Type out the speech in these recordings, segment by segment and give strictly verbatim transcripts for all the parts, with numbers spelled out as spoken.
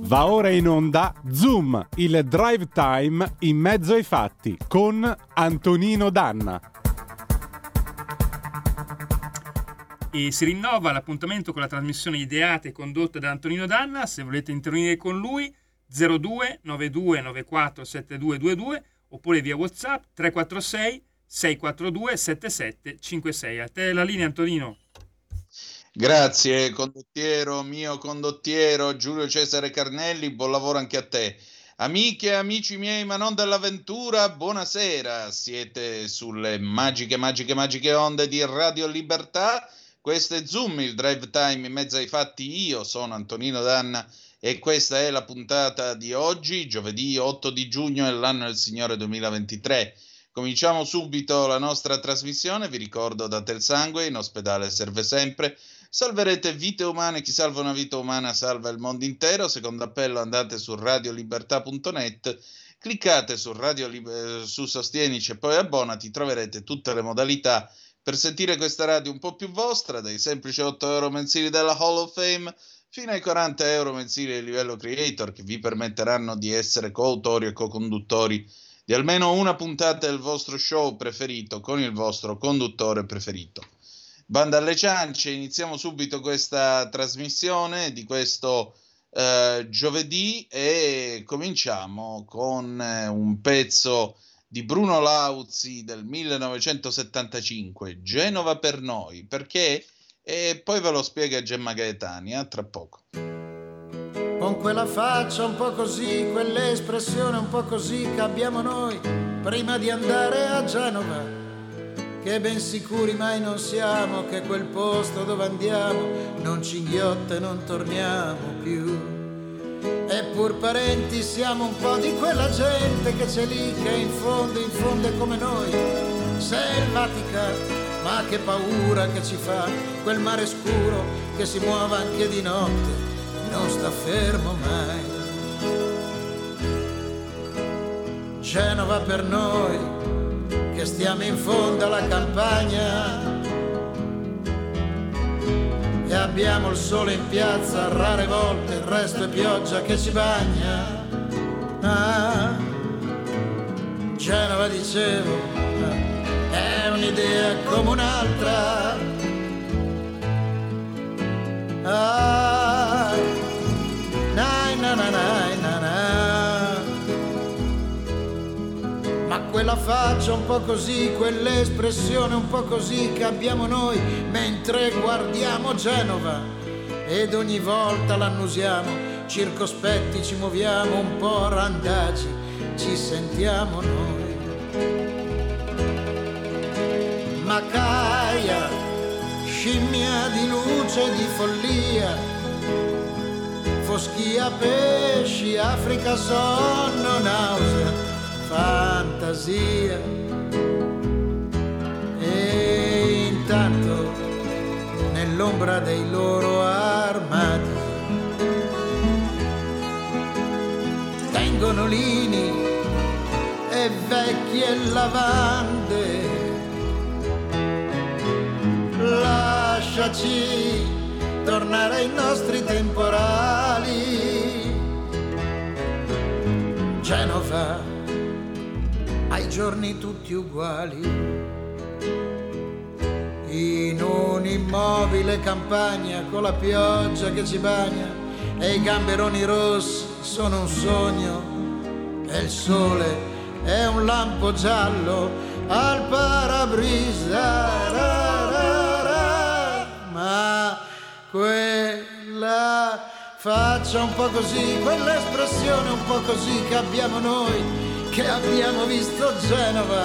Va ora in onda Zoom, il drive time in mezzo ai fatti con Antonino Danna. E si rinnova l'appuntamento con la trasmissione ideata e condotta da Antonino Danna. Se volete intervenire con lui, zero due nove due nove quattro sette due due due oppure via WhatsApp tre quattro sei sei quattro due sette sette cinque sei. A te la linea, Antonino. Grazie condottiero, mio condottiero Giulio Cesare Carnelli, buon lavoro anche a te. Amiche e amici miei, ma non dell'avventura, buonasera, siete sulle magiche, magiche, magiche onde di Radio Libertà. Questo è Zoom, il drive time in mezzo ai fatti. Io sono Antonino Danna e questa è la puntata di oggi, giovedì otto di giugno dell'anno del Signore duemilaventitré. Cominciamo subito la nostra trasmissione. Vi ricordo, date il sangue, in ospedale serve sempre. Salverete vite umane, chi salva una vita umana salva il mondo intero. Secondo appello, andate su radiolibertà punto net, cliccate su, Radio, su Sostienici e poi abbonati, troverete tutte le modalità per sentire questa radio un po' più vostra, dai semplici otto euro mensili della Hall of Fame fino ai quaranta euro mensili di livello creator, che vi permetteranno di essere coautori e co-conduttori di almeno una puntata del vostro show preferito con il vostro conduttore preferito. Banda alle ciance, iniziamo subito questa trasmissione di questo eh, giovedì e cominciamo con eh, un pezzo di Bruno Lauzi del millenovecentosettantacinque, Genova per noi, perché? E poi ve lo spiega Gemma Gaetani, a tra poco. Con quella faccia un po' così, quell'espressione un po' così che abbiamo noi prima di andare a Genova, che ben sicuri mai non siamo che quel posto dove andiamo non ci inghiotta e non torniamo più. Eppur parenti siamo un po' di quella gente che c'è lì, che in fondo, in fondo è come noi, selvatica, ma che paura che ci fa quel mare scuro che si muove anche di notte, non sta fermo mai. Genova per noi che stiamo in fondo alla campagna e abbiamo il sole in piazza, rare volte il resto è pioggia che ci bagna. Ah, Genova, dicevo, è un'idea come un'altra. Ah, nai, na, na, nai, na, na. Ma quella faccia un po' così, quell'espressione un po' così che abbiamo noi mentre guardiamo Genova, ed ogni volta l'annusiamo, circospetti ci muoviamo un po' randagi, ci sentiamo noi. Macaia, scimmia di luce e di follia, foschia, pesci, Africa, sonno, nausea, fantasia. E intanto nell'ombra dei loro armadi tengono lini e vecchie lavande. Lasciaci tornare ai nostri temporali. Genova, ai giorni tutti uguali, in un'immobile campagna con la pioggia che ci bagna e i gamberoni rossi sono un sogno e il sole è un lampo giallo al parabrisa. Ra, ra, ra. Ma quella faccia un po' così, quell'espressione un po' così che abbiamo noi, che abbiamo visto Genova.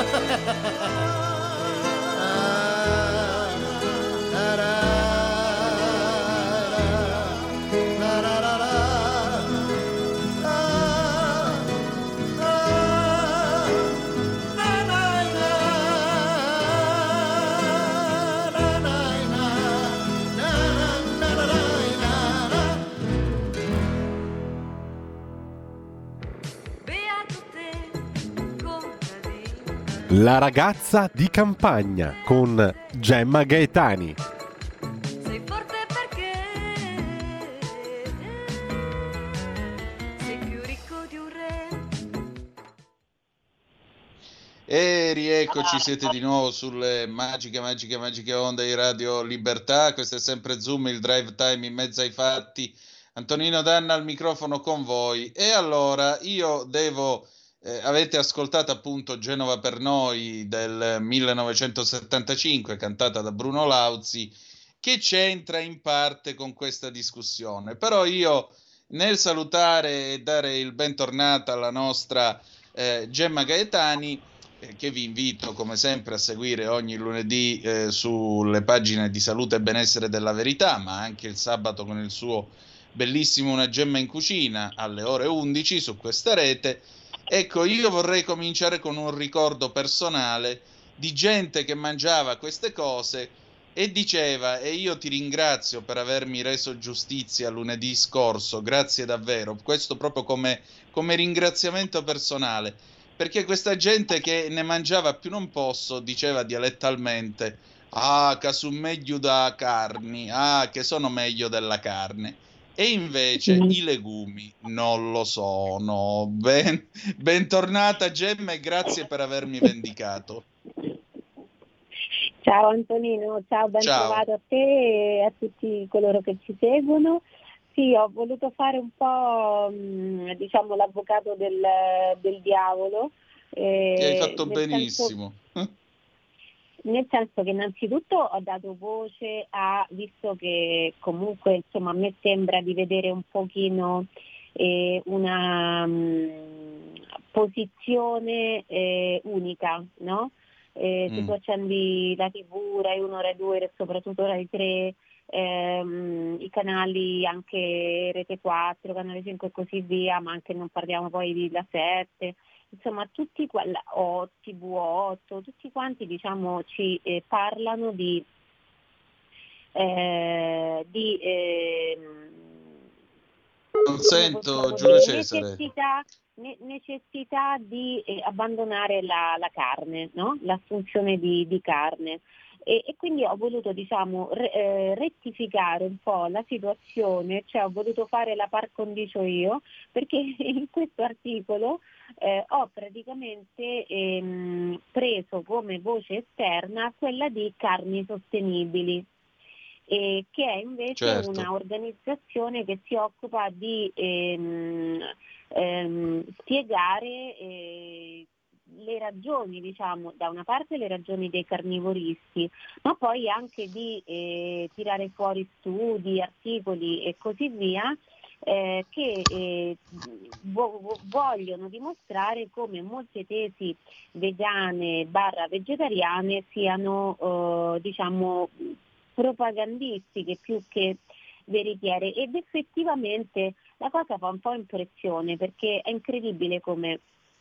La ragazza di campagna con Gemma Gaetani. Sei forte perché E rieccoci, siete di nuovo sulle magiche, magiche, magiche onde di Radio Libertà. Questo è sempre Zoom, il drive time in mezzo ai fatti. Antonino Danna al microfono con voi. E allora io devo... Eh, avete ascoltato appunto Genova per noi del millenovecentosettantacinque, cantata da Bruno Lauzi, che c'entra in parte con questa discussione. Però io, nel salutare e dare il bentornato alla nostra eh, Gemma Gaetani, eh, che vi invito come sempre a seguire ogni lunedì eh, sulle pagine di Salute e Benessere della Verità, ma anche il sabato con il suo bellissimo Una Gemma in Cucina alle ore undici su questa rete. Ecco, io vorrei cominciare con un ricordo personale di gente che mangiava queste cose e diceva: e io ti ringrazio per avermi reso giustizia lunedì scorso, grazie davvero, questo proprio come, come ringraziamento personale, perché questa gente che ne mangiava più non posso diceva dialettalmente: ah, che sono meglio da carni, ah, che sono meglio della carne. E invece Mm. i legumi non lo sono. Ben, bentornata Gemma e grazie per avermi vendicato. Ciao Antonino, ciao, ben Ciao. trovato a te e a tutti coloro che ci seguono. Sì, ho voluto fare un po' mh, diciamo l'avvocato del, del diavolo. eh, Ti hai fatto nel benissimo. senso, nel senso che innanzitutto ho dato voce a, visto che comunque insomma a me sembra di vedere un pochino eh, una mh, posizione eh, unica, no? Eh, se Mm. tu accendi la tivù, Rai uno, Rai due, soprattutto Rai tre, ehm, i canali anche Rete quattro, Canale cinque e così via, ma anche non parliamo poi di La sette, insomma tutti qua, o T V otto, tutti quanti diciamo ci eh, parlano di, eh, di ehm, Non come sento possiamo Giulio dire, Cesare. necessità, ne- necessità di eh, abbandonare la, la carne, no? L'assunzione di, di carne. E, e quindi ho voluto diciamo re- eh, rettificare un po' la situazione, cioè ho voluto fare la par condicio io, perché in questo articolo eh, ho praticamente ehm, preso come voce esterna quella di Carni Sostenibili, eh, che è invece Certo. una organizzazione che si occupa di ehm, ehm, spiegare eh, le ragioni, diciamo, da una parte le ragioni dei carnivoristi, ma poi anche di eh, tirare fuori studi, articoli e così via, eh, che eh, vo- vogliono dimostrare come molte tesi vegane barra vegetariane siano eh, diciamo propagandistiche più che veritiere, ed effettivamente la cosa fa un po' impressione, perché è incredibile come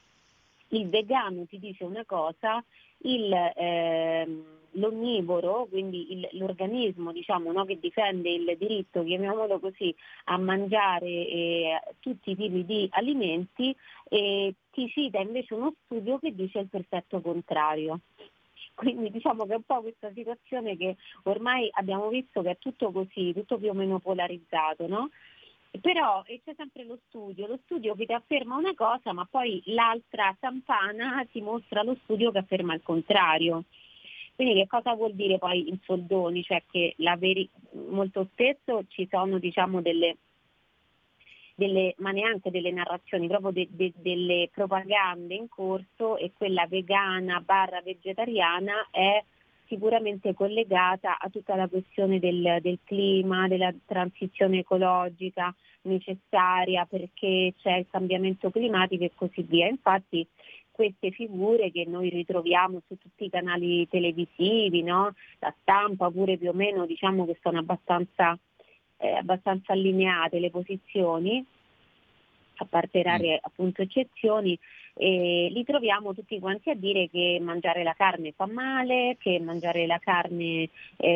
il vegano ti dice una cosa, il, ehm, l'onnivoro, quindi il, l'organismo diciamo, no, che difende il diritto, chiamiamolo così, a mangiare eh, tutti i tipi di alimenti, e ti cita invece uno studio che dice il perfetto contrario. Quindi diciamo che è un po' questa situazione che ormai abbiamo visto che è tutto così, tutto più o meno polarizzato, no? Però e c'è sempre lo studio, lo studio che ti afferma una cosa, ma poi l'altra campana ti mostra lo studio che afferma il contrario. Quindi che cosa vuol dire poi in soldoni? Cioè che la veri- molto spesso ci sono diciamo delle delle, ma neanche delle narrazioni, proprio de, de, delle propagande in corso, e quella vegana barra vegetariana è sicuramente collegata a tutta la questione del, del clima, della transizione ecologica necessaria perché c'è il cambiamento climatico e così via. Infatti queste figure che noi ritroviamo su tutti i canali televisivi, no? La stampa pure più o meno diciamo che sono abbastanza Eh, abbastanza allineate le posizioni, a parte rare appunto eccezioni, e li troviamo tutti quanti a dire che mangiare la carne fa male, che mangiare la carne,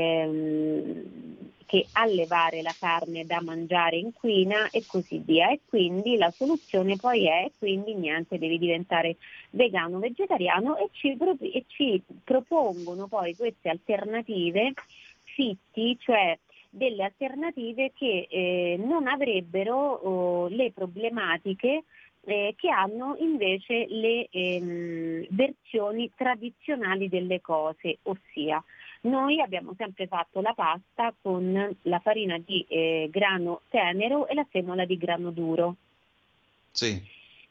ehm, che allevare la carne da mangiare inquina e così via, e quindi la soluzione poi è quindi niente, devi diventare vegano, vegetariano, e ci, pro- e ci propongono poi queste alternative fitti, cioè delle alternative che eh, non avrebbero oh, le problematiche eh, che hanno invece le ehm, versioni tradizionali delle cose, ossia noi abbiamo sempre fatto la pasta con la farina di eh, grano tenero e la semola di grano duro. Sì.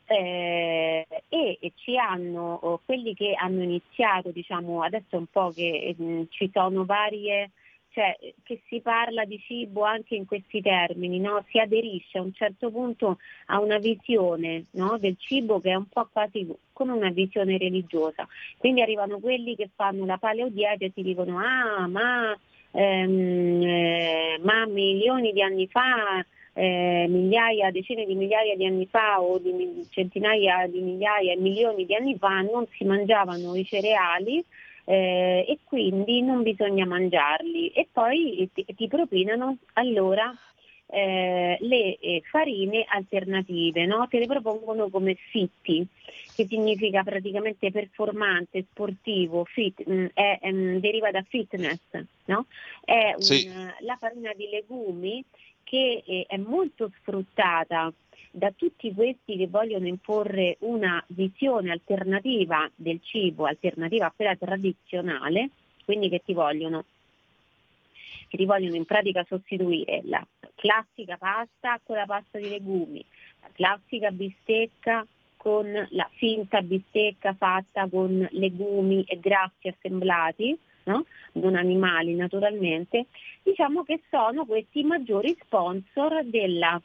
Eh, e, e ci hanno oh, quelli che hanno iniziato, diciamo, adesso un po' che mh, ci sono varie, cioè che si parla di cibo anche in questi termini, no? Si aderisce a un certo punto a una visione, no? del cibo che è un po' quasi come una visione religiosa. Quindi arrivano quelli che fanno la paleodieta e ti dicono ah ma, ehm, eh, ma milioni di anni fa, Eh, migliaia, decine di migliaia di anni fa o di centinaia di migliaia e milioni di anni fa non si mangiavano i cereali eh, e quindi non bisogna mangiarli, e poi ti, ti propinano allora eh, le eh, farine alternative, no? Te le propongono come fitti, che significa praticamente performante, sportivo, fit, mh, è, è, mh, deriva da fitness, no? È un, Sì. la farina di legumi che è molto sfruttata da tutti questi che vogliono imporre una visione alternativa del cibo, alternativa a quella tradizionale, quindi che ti vogliono, che ti vogliono in pratica sostituire la classica pasta con la pasta di legumi, la classica bistecca con la finta bistecca fatta con legumi e grassi assemblati, no? Non animali naturalmente. Diciamo che sono questi maggiori sponsor della,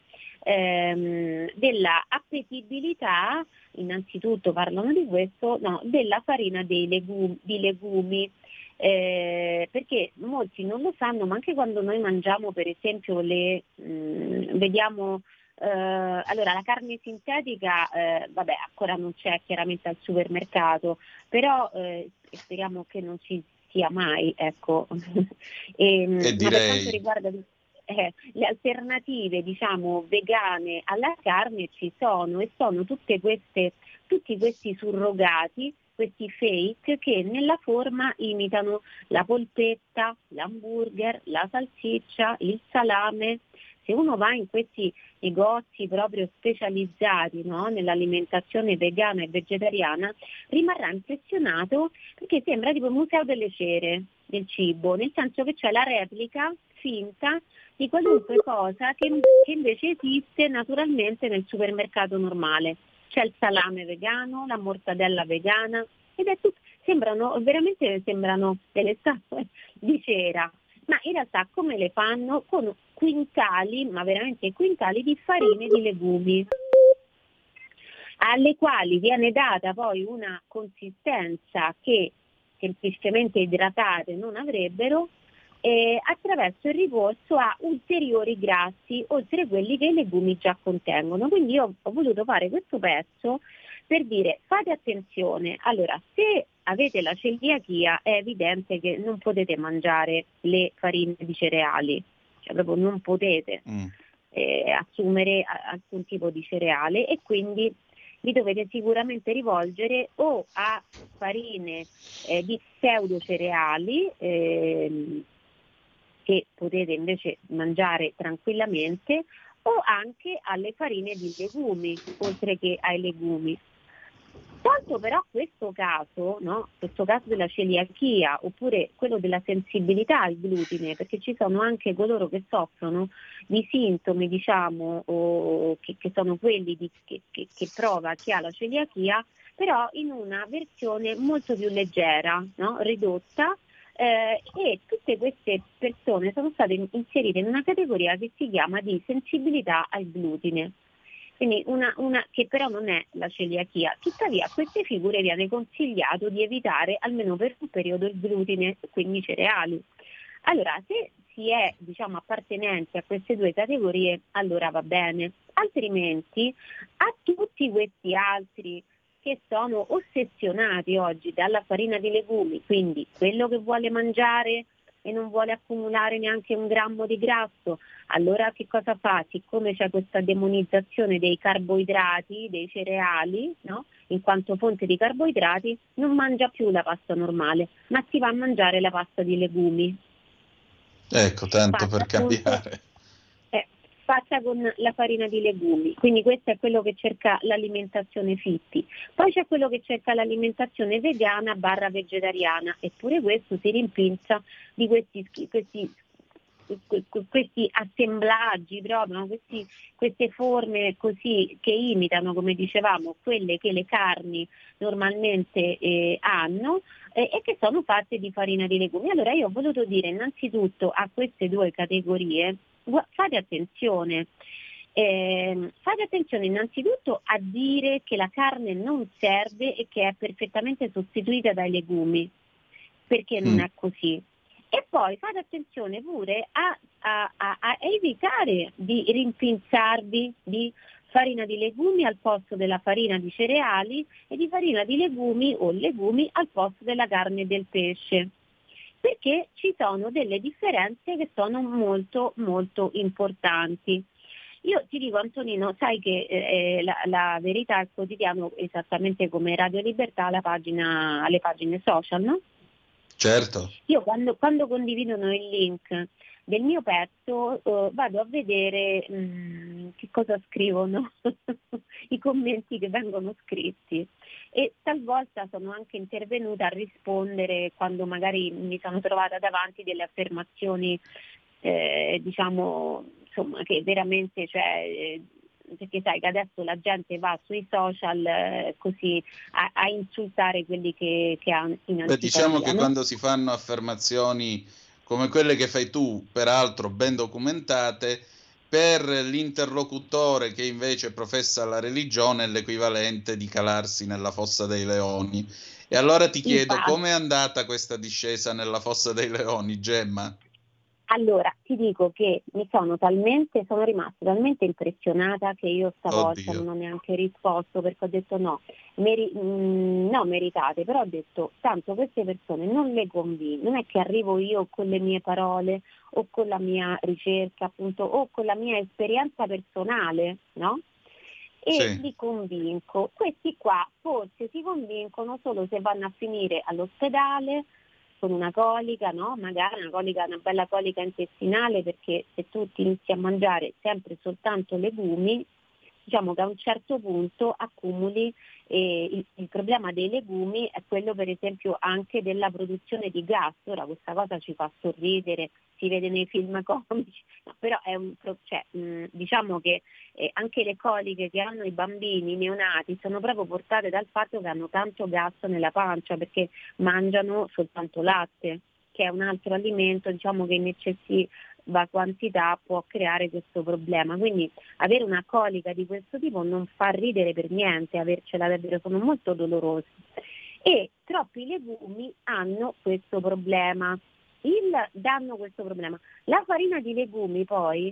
ehm, della appetibilità, innanzitutto parlano di questo, no, della farina dei legumi, di legumi, eh, perché molti non lo sanno, ma anche quando noi mangiamo per esempio le, mh, vediamo, eh, allora la carne sintetica, eh, vabbè ancora non c'è chiaramente al supermercato, però eh, speriamo che non ci sia mai, ecco. e, E ma per quanto direi, riguarda eh, le alternative, diciamo, vegane alla carne ci sono, e sono tutte queste, tutti questi surrogati, questi fake che nella forma imitano la polpetta, l'hamburger, la salsiccia, il salame. Se uno va in questi negozi proprio specializzati, no, nell'alimentazione vegana e vegetariana, rimarrà impressionato, perché sembra tipo il museo delle cere del cibo, nel senso che c'è la replica finta di qualunque cosa che, che invece esiste naturalmente nel supermercato normale. C'è il salame vegano, la mortadella vegana, ed è tutto, sembrano veramente sembrano delle statue di cera. Ma in realtà come le fanno? Con quintali, ma veramente quintali di farine di legumi, alle quali viene data poi una consistenza che semplicemente idratate non avrebbero, eh, attraverso il ricorso a ulteriori grassi, oltre quelli che i legumi già contengono. Quindi io ho voluto fare questo pezzo per dire fate attenzione. Allora, se avete la celiachia è evidente che non potete mangiare le farine di cereali, cioè proprio non potete mm. eh, assumere alcun tipo di cereale, e quindi vi dovete sicuramente rivolgere o a farine eh, di pseudo cereali eh, che potete invece mangiare tranquillamente, o anche alle farine di legumi, oltre che ai legumi. Tolto però questo caso, no? Questo caso della celiachia, oppure quello della sensibilità al glutine, perché ci sono anche coloro che soffrono di sintomi, diciamo, o che, che sono quelli di, che, che, che prova chi ha la celiachia, però in una versione molto più leggera, no? Ridotta, eh, e tutte queste persone sono state inserite in una categoria che si chiama di sensibilità al glutine. Quindi una, una che però non è la celiachia. Tuttavia a queste figure viene consigliato di evitare almeno per un periodo il glutine, quindi i cereali. Allora, se si è, diciamo, appartenenti a queste due categorie, allora va bene. Altrimenti a tutti questi altri che sono ossessionati oggi dalla farina di legumi, quindi quello che vuole mangiare e non vuole accumulare neanche un grammo di grasso, allora che cosa fa? Siccome c'è questa demonizzazione dei carboidrati, dei cereali, no? In quanto fonte di carboidrati, non mangia più la pasta normale, ma si va a mangiare la pasta di legumi. Ecco, tanto Fatta per appunto, cambiare. eh, fatta con la farina di legumi, quindi questo è quello che cerca l'alimentazione fitti. Poi c'è quello che cerca l'alimentazione vegana barra vegetariana, eppure questo si rimpinza di questi, questi, questi assemblaggi proprio, no? questi, queste forme così che imitano, come dicevamo, quelle che le carni normalmente eh, hanno eh, e che sono fatte di farina di legumi. Allora io ho voluto dire innanzitutto a queste due categorie, fate attenzione, eh, fate attenzione innanzitutto a dire che la carne non serve e che è perfettamente sostituita dai legumi, perché non Mm. è così. E poi fate attenzione pure a, a, a, a evitare di rimpinzarvi di farina di legumi al posto della farina di cereali e di farina di legumi o legumi al posto della carne e del pesce, perché ci sono delle differenze che sono molto molto importanti. Io ti dico, Antonino, sai che eh, la, la Verità è quotidiano, esattamente come Radio Libertà, la pagina, alle pagine social, no? Certo. Io quando, quando condividono il link del mio pezzo eh, vado a vedere mh, che cosa scrivono i commenti che vengono scritti, e talvolta sono anche intervenuta a rispondere quando magari mi sono trovata davanti delle affermazioni eh, diciamo insomma che veramente, cioè eh, perché sai che adesso la gente va sui social eh, così a, a insultare quelli che, che hanno in antipatia. Beh, diciamo che no? quando si fanno affermazioni come quelle che fai tu, peraltro ben documentate, per l'interlocutore che invece professa la religione è l'equivalente di calarsi nella fossa dei leoni. E allora ti chiedo, Infatti. com'è andata questa discesa nella fossa dei leoni, Gemma? Allora, ti dico che mi sono talmente, sono rimasta talmente impressionata che io stavolta Oddio. non ho neanche risposto, perché ho detto no, meri- mh, no meritate, però ho detto tanto queste persone non le convinco, non è che arrivo io con le mie parole o con la mia ricerca appunto o con la mia esperienza personale, no? E Sì. li convinco. Questi qua forse si convincono solo se vanno a finire all'ospedale con una colica, no? Magari una colica, una bella colica intestinale, perché se tu ti inizi a mangiare sempre soltanto legumi, diciamo che a un certo punto accumuli eh, il, il problema dei legumi è quello per esempio anche della produzione di gas. Ora questa cosa ci fa sorridere, si vede nei film comici, no, però è un pro- cioè, mh, diciamo che eh, anche le coliche che hanno i bambini i neonati sono proprio portate dal fatto che hanno tanto gas nella pancia perché mangiano soltanto latte, che è un altro alimento, diciamo, che in eccessiva quantità può creare questo problema. Quindi avere una colica di questo tipo non fa ridere per niente, avercela davvero, sono molto dolorosi. E troppi legumi hanno questo problema, il danno questo problema. La farina di legumi poi,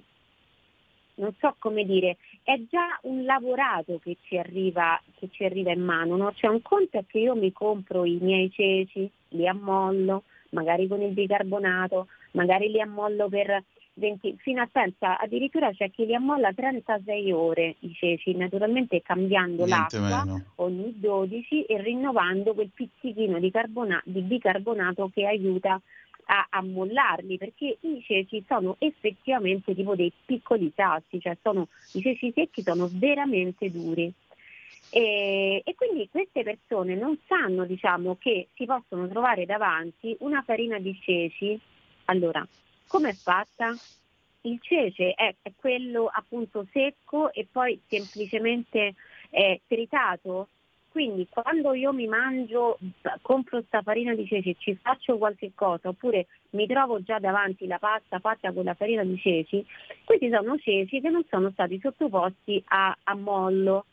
non so come dire, è già un lavorato che ci arriva, che ci arriva in mano, no? Cioè un conto è che io mi compro i miei ceci, li ammollo, magari con il bicarbonato, magari li ammollo per venti, fino a pensa, addirittura c'è chi li ammolla trentasei ore i ceci, naturalmente cambiando Niente l'acqua meno. ogni dodici e rinnovando quel pizzichino di, carbona- di bicarbonato che aiuta a ammollarli, perché i ceci sono effettivamente tipo dei piccoli sassi, cioè sono, i ceci secchi sono veramente duri. E, e quindi queste persone non sanno, diciamo, che si possono trovare davanti una farina di ceci. Allora, come è fatta? Il cece è, è quello appunto secco e poi semplicemente eh, tritato. Quindi quando io mi mangio, compro sta farina di ceci, ci faccio qualche cosa, oppure mi trovo già davanti la pasta fatta con la farina di ceci, questi sono ceci che non sono stati sottoposti a, a mollo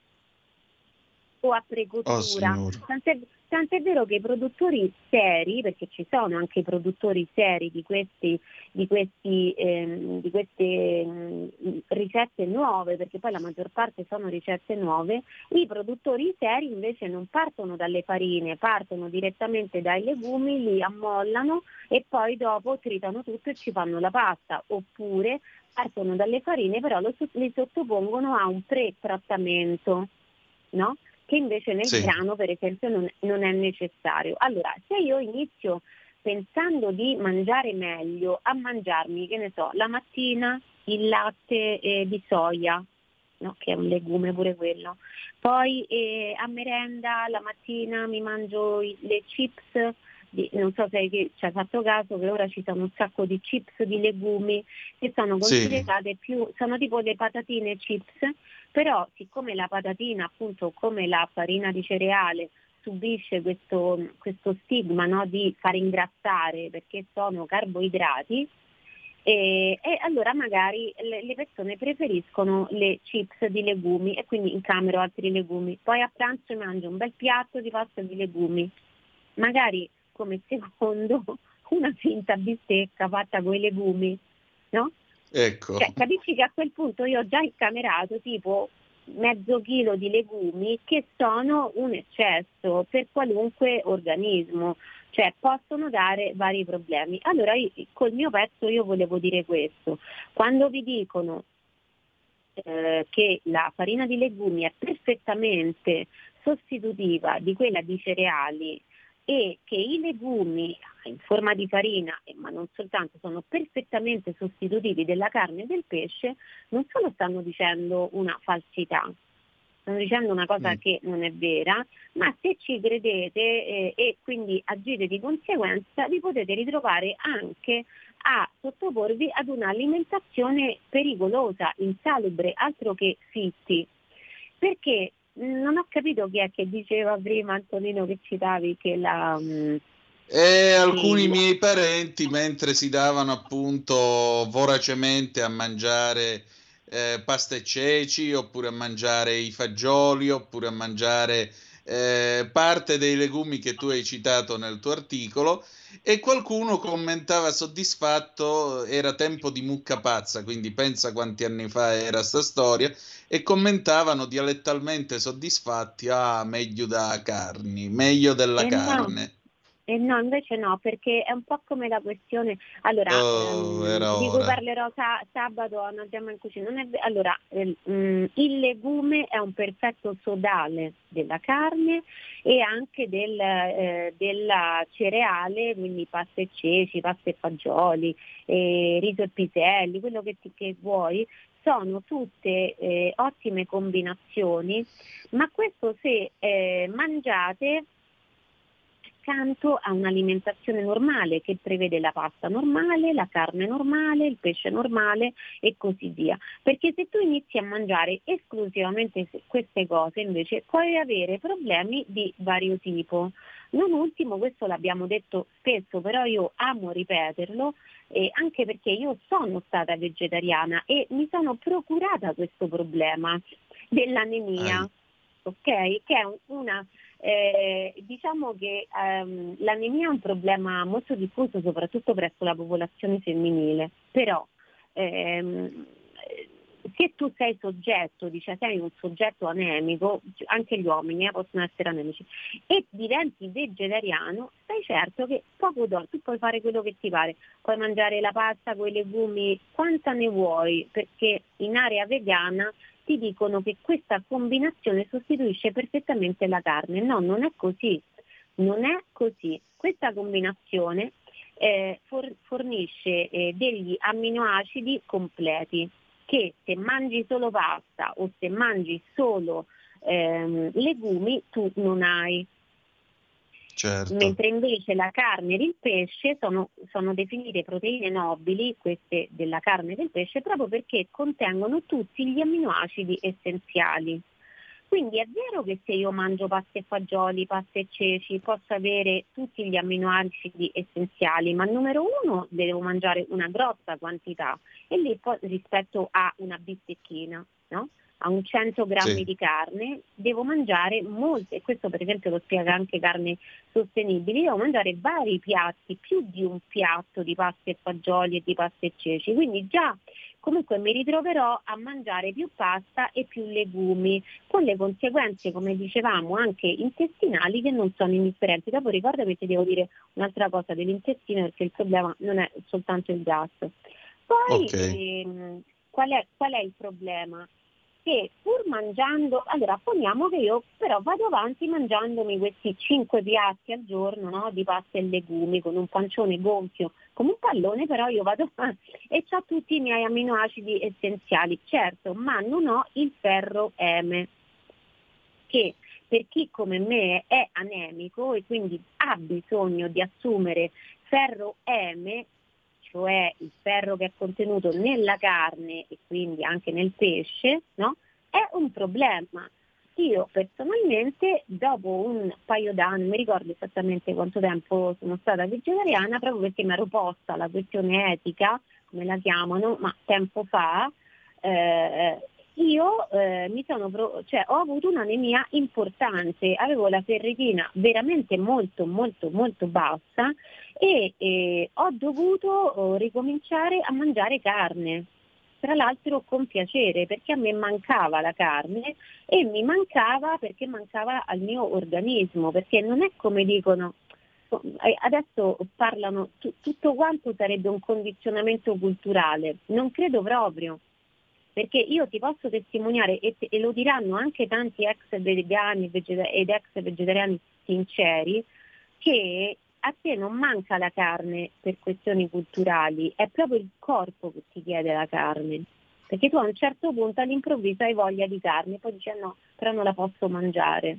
o a precottura. Oh, signore. Tant'è, tant'è vero che i produttori seri, perché ci sono anche i produttori seri di questi di questi ehm, di queste ehm, ricette nuove, perché poi la maggior parte sono ricette nuove, i produttori seri invece non partono dalle farine, partono direttamente dai legumi, li ammollano e poi dopo tritano tutto e ci fanno la pasta, oppure partono dalle farine però lo, li sottopongono a un pre-trattamento, no? Che invece nel Sì. grano per esempio non, non è necessario. Allora, se io inizio pensando di mangiare meglio a mangiarmi, che ne so, la mattina il latte eh, di soia, no? Che è un legume pure quello. Poi eh, a merenda la mattina mi mangio i- le chips, di, non so se hai- ci hai fatto caso che ora ci sono un sacco di chips di legumi che sono Sì, considerate più, sono tipo le patatine chips, però siccome la patatina appunto come la farina di cereale subisce questo, questo stigma, no, di far ingrassare perché sono carboidrati, e, e allora magari le, le persone preferiscono le chips di legumi e quindi incamero altri legumi. Poi a pranzo mangio un bel piatto di pasta di legumi, magari come secondo una finta bistecca fatta con i legumi, no? ecco. Cioè, capisci che a quel punto io ho già incamerato tipo mezzo chilo di legumi che sono un eccesso per qualunque organismo, cioè possono dare vari problemi. Allora io, col mio pezzo io volevo dire questo: quando vi dicono eh, che la farina di legumi è perfettamente sostitutiva di quella di cereali e che i legumi in forma di farina, eh, ma non soltanto, sono perfettamente sostitutivi della carne e del pesce, non solo stanno dicendo una falsità, stanno dicendo una cosa Mm. che non è vera, ma se ci credete eh, e quindi agite di conseguenza, vi potete ritrovare anche a sottoporvi ad un'alimentazione pericolosa, insalubre, altro che fitti. Perché non ho capito chi è che diceva prima, Antonino, che citavi che la... mm, E alcuni che- miei parenti, mentre si davano appunto voracemente a mangiare eh, pasta e ceci, oppure a mangiare i fagioli, oppure a mangiare eh, parte dei legumi che tu hai citato nel tuo articolo, e qualcuno commentava soddisfatto, era tempo di mucca pazza, quindi pensa quanti anni fa era sta storia, e commentavano dialettalmente soddisfatti, ah, meglio da carni, meglio della eh no, carne. eh no, invece no, perché è un po' come la questione. Allora, Oh, ehm, era di cui ora. parlerò sa- sabato a Una Gemma in Cucina. Non è ve- allora, eh, mm, il legume è un perfetto sodale della carne e anche del, eh, della cereale, quindi pasta e ceci, pasta e fagioli, eh, riso e piselli, quello che, ti- che vuoi. Sono tutte eh, ottime combinazioni, ma questo se eh, mangiate accanto a un'alimentazione normale che prevede la pasta normale, la carne normale, il pesce normale e così via. Perché se tu inizi a mangiare esclusivamente se- queste cose, invece puoi avere problemi di vario tipo. Non ultimo, questo l'abbiamo detto spesso, però io amo ripeterlo, eh, anche perché io sono stata vegetariana e mi sono procurata questo problema dell'anemia, Ai. ok? Che è un- una eh, diciamo che ehm, l'anemia è un problema molto diffuso soprattutto presso la popolazione femminile, però ehm, se tu sei soggetto, dice sei un soggetto anemico, anche gli uomini eh, possono essere anemici, e diventi vegetariano, stai certo che poco dopo tu puoi fare quello che ti pare, puoi mangiare la pasta con i legumi, quanta ne vuoi, perché in area vegana ti dicono che questa combinazione sostituisce perfettamente la carne. No, non è così, non è così. Questa combinazione eh, for- fornisce eh, degli amminoacidi completi che se mangi solo pasta o se mangi solo ehm, legumi tu non hai. Certo. Mentre invece la carne e il pesce sono, sono definite proteine nobili, queste della carne e del pesce, proprio perché contengono tutti gli amminoacidi essenziali. Quindi è vero che se io mangio pasta e fagioli, pasta e ceci, posso avere tutti gli amminoacidi essenziali, ma numero uno devo mangiare una grossa quantità e lì poi rispetto a una bistecchina, no? A un cento grammi Sì. di carne devo mangiare molte, e questo per esempio lo spiega anche Carne Sostenibili, devo mangiare vari piatti, più di un piatto di pasta e fagioli e di pasta e ceci, quindi già comunque mi ritroverò a mangiare più pasta e più legumi, con le conseguenze, come dicevamo, anche intestinali che non sono indifferenti. Dopo ricordami, ti devo dire un'altra cosa dell'intestino, perché il problema non è soltanto il gas. Poi Ok. ehm, qual è, qual è il problema? Che che pur mangiando, allora poniamo che io però vado avanti mangiandomi questi cinque piatti al giorno, no, di pasta e legumi con un pancione gonfio come un pallone, però io vado avanti e ho tutti i miei amminoacidi essenziali, certo, ma non ho il ferro M, che per chi come me è anemico e quindi ha bisogno di assumere ferro M, cioè il ferro che è contenuto nella carne e quindi anche nel pesce, no? È un problema. Io personalmente dopo un paio d'anni, non mi ricordo esattamente quanto tempo sono stata vegetariana, proprio perché mi ero posta la questione etica, come la chiamano, ma tempo fa, eh, io eh, mi sono pro- cioè, ho avuto un'anemia importante, avevo la ferritina veramente molto molto molto bassa e eh, ho dovuto oh, ricominciare a mangiare carne, tra l'altro con piacere, perché a me mancava la carne e mi mancava perché mancava al mio organismo, perché non è come dicono, adesso parlano, t- tutto quanto sarebbe un condizionamento culturale, non credo proprio. Perché io ti posso testimoniare, e, e lo diranno anche tanti ex vegani vegeta- ed ex vegetariani sinceri, che a te non manca la carne per questioni culturali, è proprio il corpo che ti chiede la carne. Perché tu a un certo punto all'improvviso hai voglia di carne, poi dici no, però non la posso mangiare.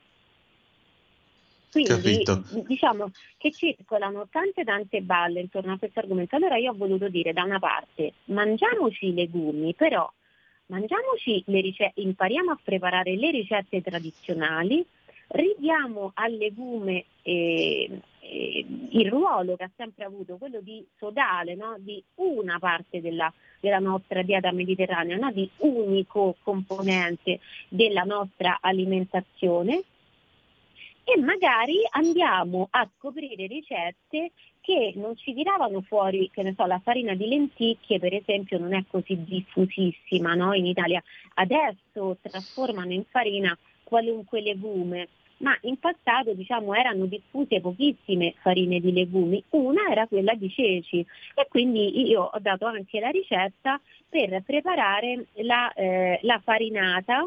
Quindi Capito. diciamo che circolano tante tante balle intorno a questo argomento. Allora io ho voluto dire da una parte mangiamoci i legumi, però mangiamoci le ricette, impariamo a preparare le ricette tradizionali, ridiamo al legume eh, eh, il ruolo che ha sempre avuto, quello di sodale, no? Di una parte della, della nostra dieta mediterranea, no? Di unico componente della nostra alimentazione. E magari andiamo a scoprire ricette che non ci tiravano fuori, che ne so, la farina di lenticchie per esempio non è così diffusissima, no? In Italia adesso trasformano in farina qualunque legume, ma in passato diciamo erano diffuse pochissime farine di legumi, una era quella di ceci e quindi io ho dato anche la ricetta per preparare la, eh, la farinata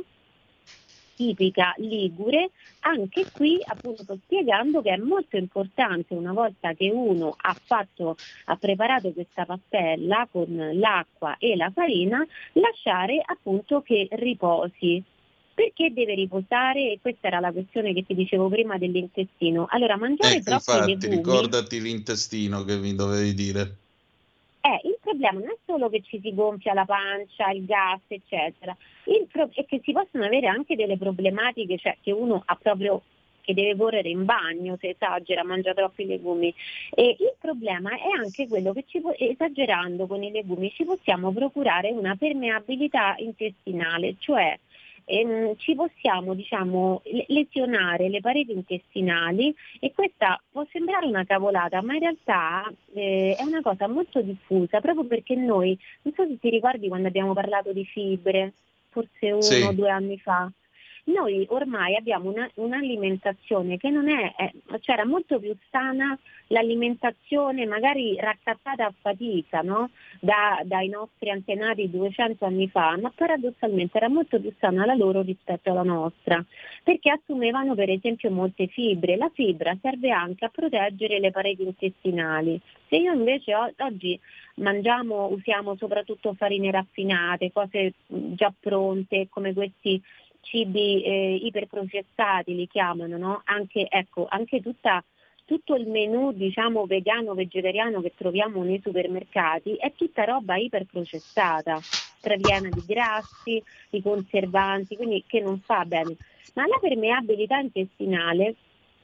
tipica ligure, anche qui appunto spiegando che è molto importante una volta che uno ha fatto, ha preparato questa pastella con l'acqua e la farina, lasciare appunto che riposi. Perché deve riposare? E questa era la questione che ti dicevo prima dell'intestino. Allora, mangiare Ecco, troppi infatti, legumi... ricordati l'intestino che mi dovevi dire. Eh, il problema non è solo che ci si gonfia la pancia, il gas, eccetera, il pro- è che si possono avere anche delle problematiche, cioè che uno ha proprio che deve correre in bagno se esagera, mangia troppi legumi. E il problema è anche quello che ci po- esagerando con i legumi ci possiamo procurare una permeabilità intestinale, cioè ehm, ci possiamo diciamo lesionare le pareti intestinali e questa può sembrare una cavolata, ma in realtà eh, è una cosa molto diffusa, proprio perché noi, non so se ti ricordi quando abbiamo parlato di fibre, forse uno o Sì. due anni fa, noi ormai abbiamo una, un'alimentazione che non è, è, cioè era molto più sana l'alimentazione magari raccattata a fatica, no? Da, dai nostri antenati duecento anni fa, ma paradossalmente era molto più sana la loro rispetto alla nostra, perché assumevano per esempio molte fibre. La fibra serve anche a proteggere le pareti intestinali. Se io invece o- oggi mangiamo, usiamo soprattutto farine raffinate, cose mh, già pronte, come questi cibi eh, iperprocessati li chiamano, no? Anche, ecco, anche tutta, tutto il menù diciamo vegano vegetariano che troviamo nei supermercati è tutta roba iperprocessata, strapiena di grassi, di conservanti, quindi che non fa bene. Ma la permeabilità intestinale,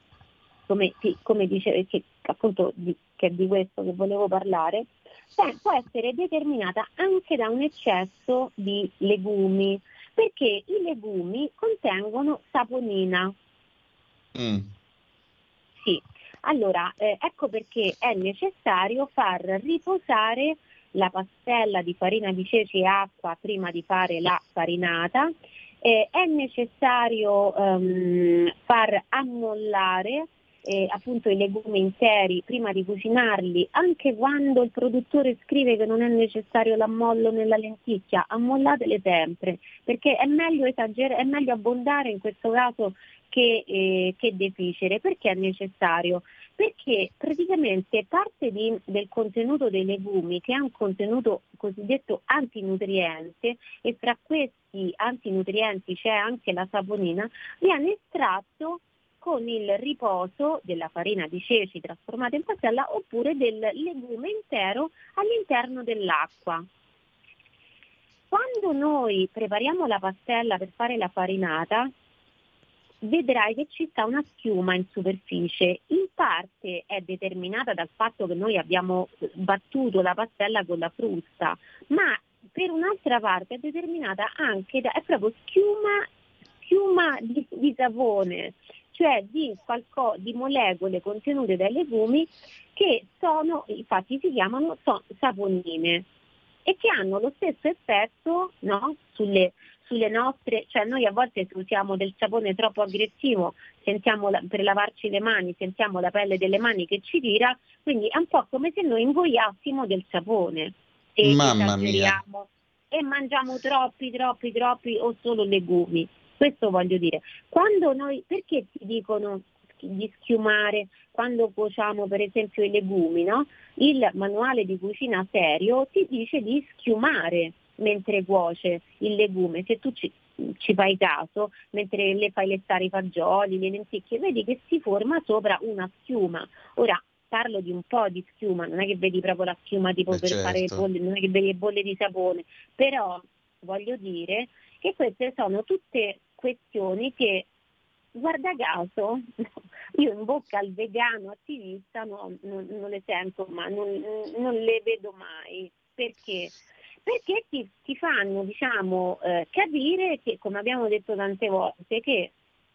come, ti, come dice, che appunto di, che è di questo che volevo parlare, beh, può essere determinata anche da un eccesso di legumi, perché i legumi contengono saponina. Mm. Sì, allora eh, ecco perché è necessario far riposare la pastella di farina di ceci e acqua prima di fare la farinata, eh, è necessario ehm, far ammollare eh, appunto i legumi interi prima di cucinarli, anche quando il produttore scrive che non è necessario l'ammollo nella lenticchia, ammollatele sempre, perché è meglio esagerare, è meglio abbondare in questo caso che, eh, che deficere. Perché è necessario? Perché praticamente parte di, del contenuto dei legumi, che è un contenuto cosiddetto antinutriente, e fra questi antinutrienti c'è anche la saponina, viene estratto con il riposo della farina di ceci trasformata in pastella oppure del legume intero all'interno dell'acqua. Quando noi prepariamo la pastella per fare la farinata, vedrai che ci sta una schiuma in superficie. In parte è determinata dal fatto che noi abbiamo battuto la pastella con la frusta, ma per un'altra parte è determinata anche da è proprio schiuma, schiuma di, di sapone, cioè di, qualco, di molecole contenute dai legumi che sono, infatti si chiamano so, saponine, e che hanno lo stesso effetto, no, sulle sulle nostre, cioè noi a volte se usiamo del sapone troppo aggressivo, sentiamo la, per lavarci le mani, sentiamo la pelle delle mani che ci tira, quindi è un po' come se noi ingoiassimo del sapone e Mamma esageriamo mia. e mangiamo troppi, troppi, troppi o solo legumi. Questo voglio dire. Quando noi, perché ti dicono di schiumare quando cuociamo per esempio i legumi, no? Il manuale di cucina serio ti dice di schiumare mentre cuoce il legume. Se tu ci, ci fai caso, mentre le fai lessare i fagioli, le lenticchie, vedi che si forma sopra una schiuma. Ora parlo di un po' di schiuma, non è che vedi proprio la schiuma tipo Eh, per certo. fare bolle, non è che vedi le bolle di sapone, però voglio dire che queste sono tutte questioni che, guarda caso, io in bocca al vegano attivista no, non, non le sento, ma non, non le vedo mai. Perché? Perché ti, ti fanno, diciamo, eh, capire che, come abbiamo detto tante volte, che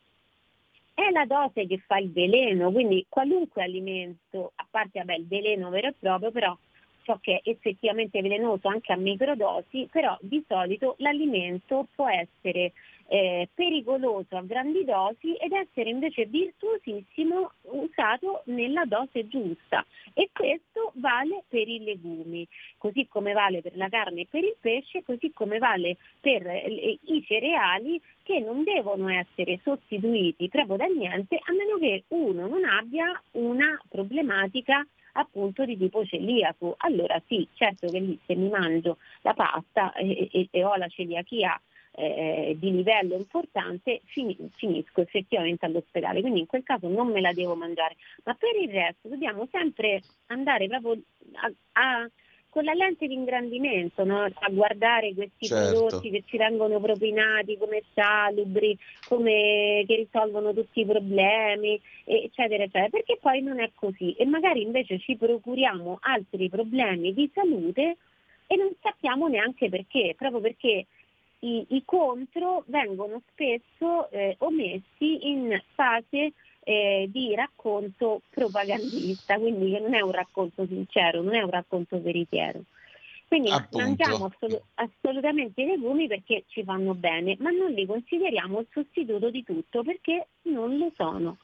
è la dose che fa il veleno, quindi qualunque alimento, a parte vabbè, il veleno vero e proprio, però ciò che è effettivamente velenoso anche a microdosi, però di solito l'alimento può essere eh, pericoloso a grandi dosi ed essere invece virtuosissimo usato nella dose giusta, e questo vale per i legumi, così come vale per la carne e per il pesce, così come vale per eh, i cereali, che non devono essere sostituiti proprio da niente, a meno che uno non abbia una problematica appunto di tipo celiaco. Allora sì, certo che lì se mi mangio la pasta e, e, e ho la celiachia eh, di livello importante, fini, finisco effettivamente all'ospedale, quindi in quel caso non me la devo mangiare, ma per il resto dobbiamo sempre andare proprio a, a con la lente di ingrandimento, no? A guardare questi Certo. prodotti che ci vengono propinati come salubri, come che risolvono tutti i problemi, eccetera, eccetera, perché poi non è così, e magari invece ci procuriamo altri problemi di salute e non sappiamo neanche perché, proprio perché i, i contro vengono spesso eh, omessi in fase Eh, di racconto propagandista, quindi che non è un racconto sincero, non è un racconto veritiero. Quindi Appunto. mangiamo assolu- assolutamente i legumi perché ci fanno bene, ma non li consideriamo il sostituto di tutto, perché non lo sono.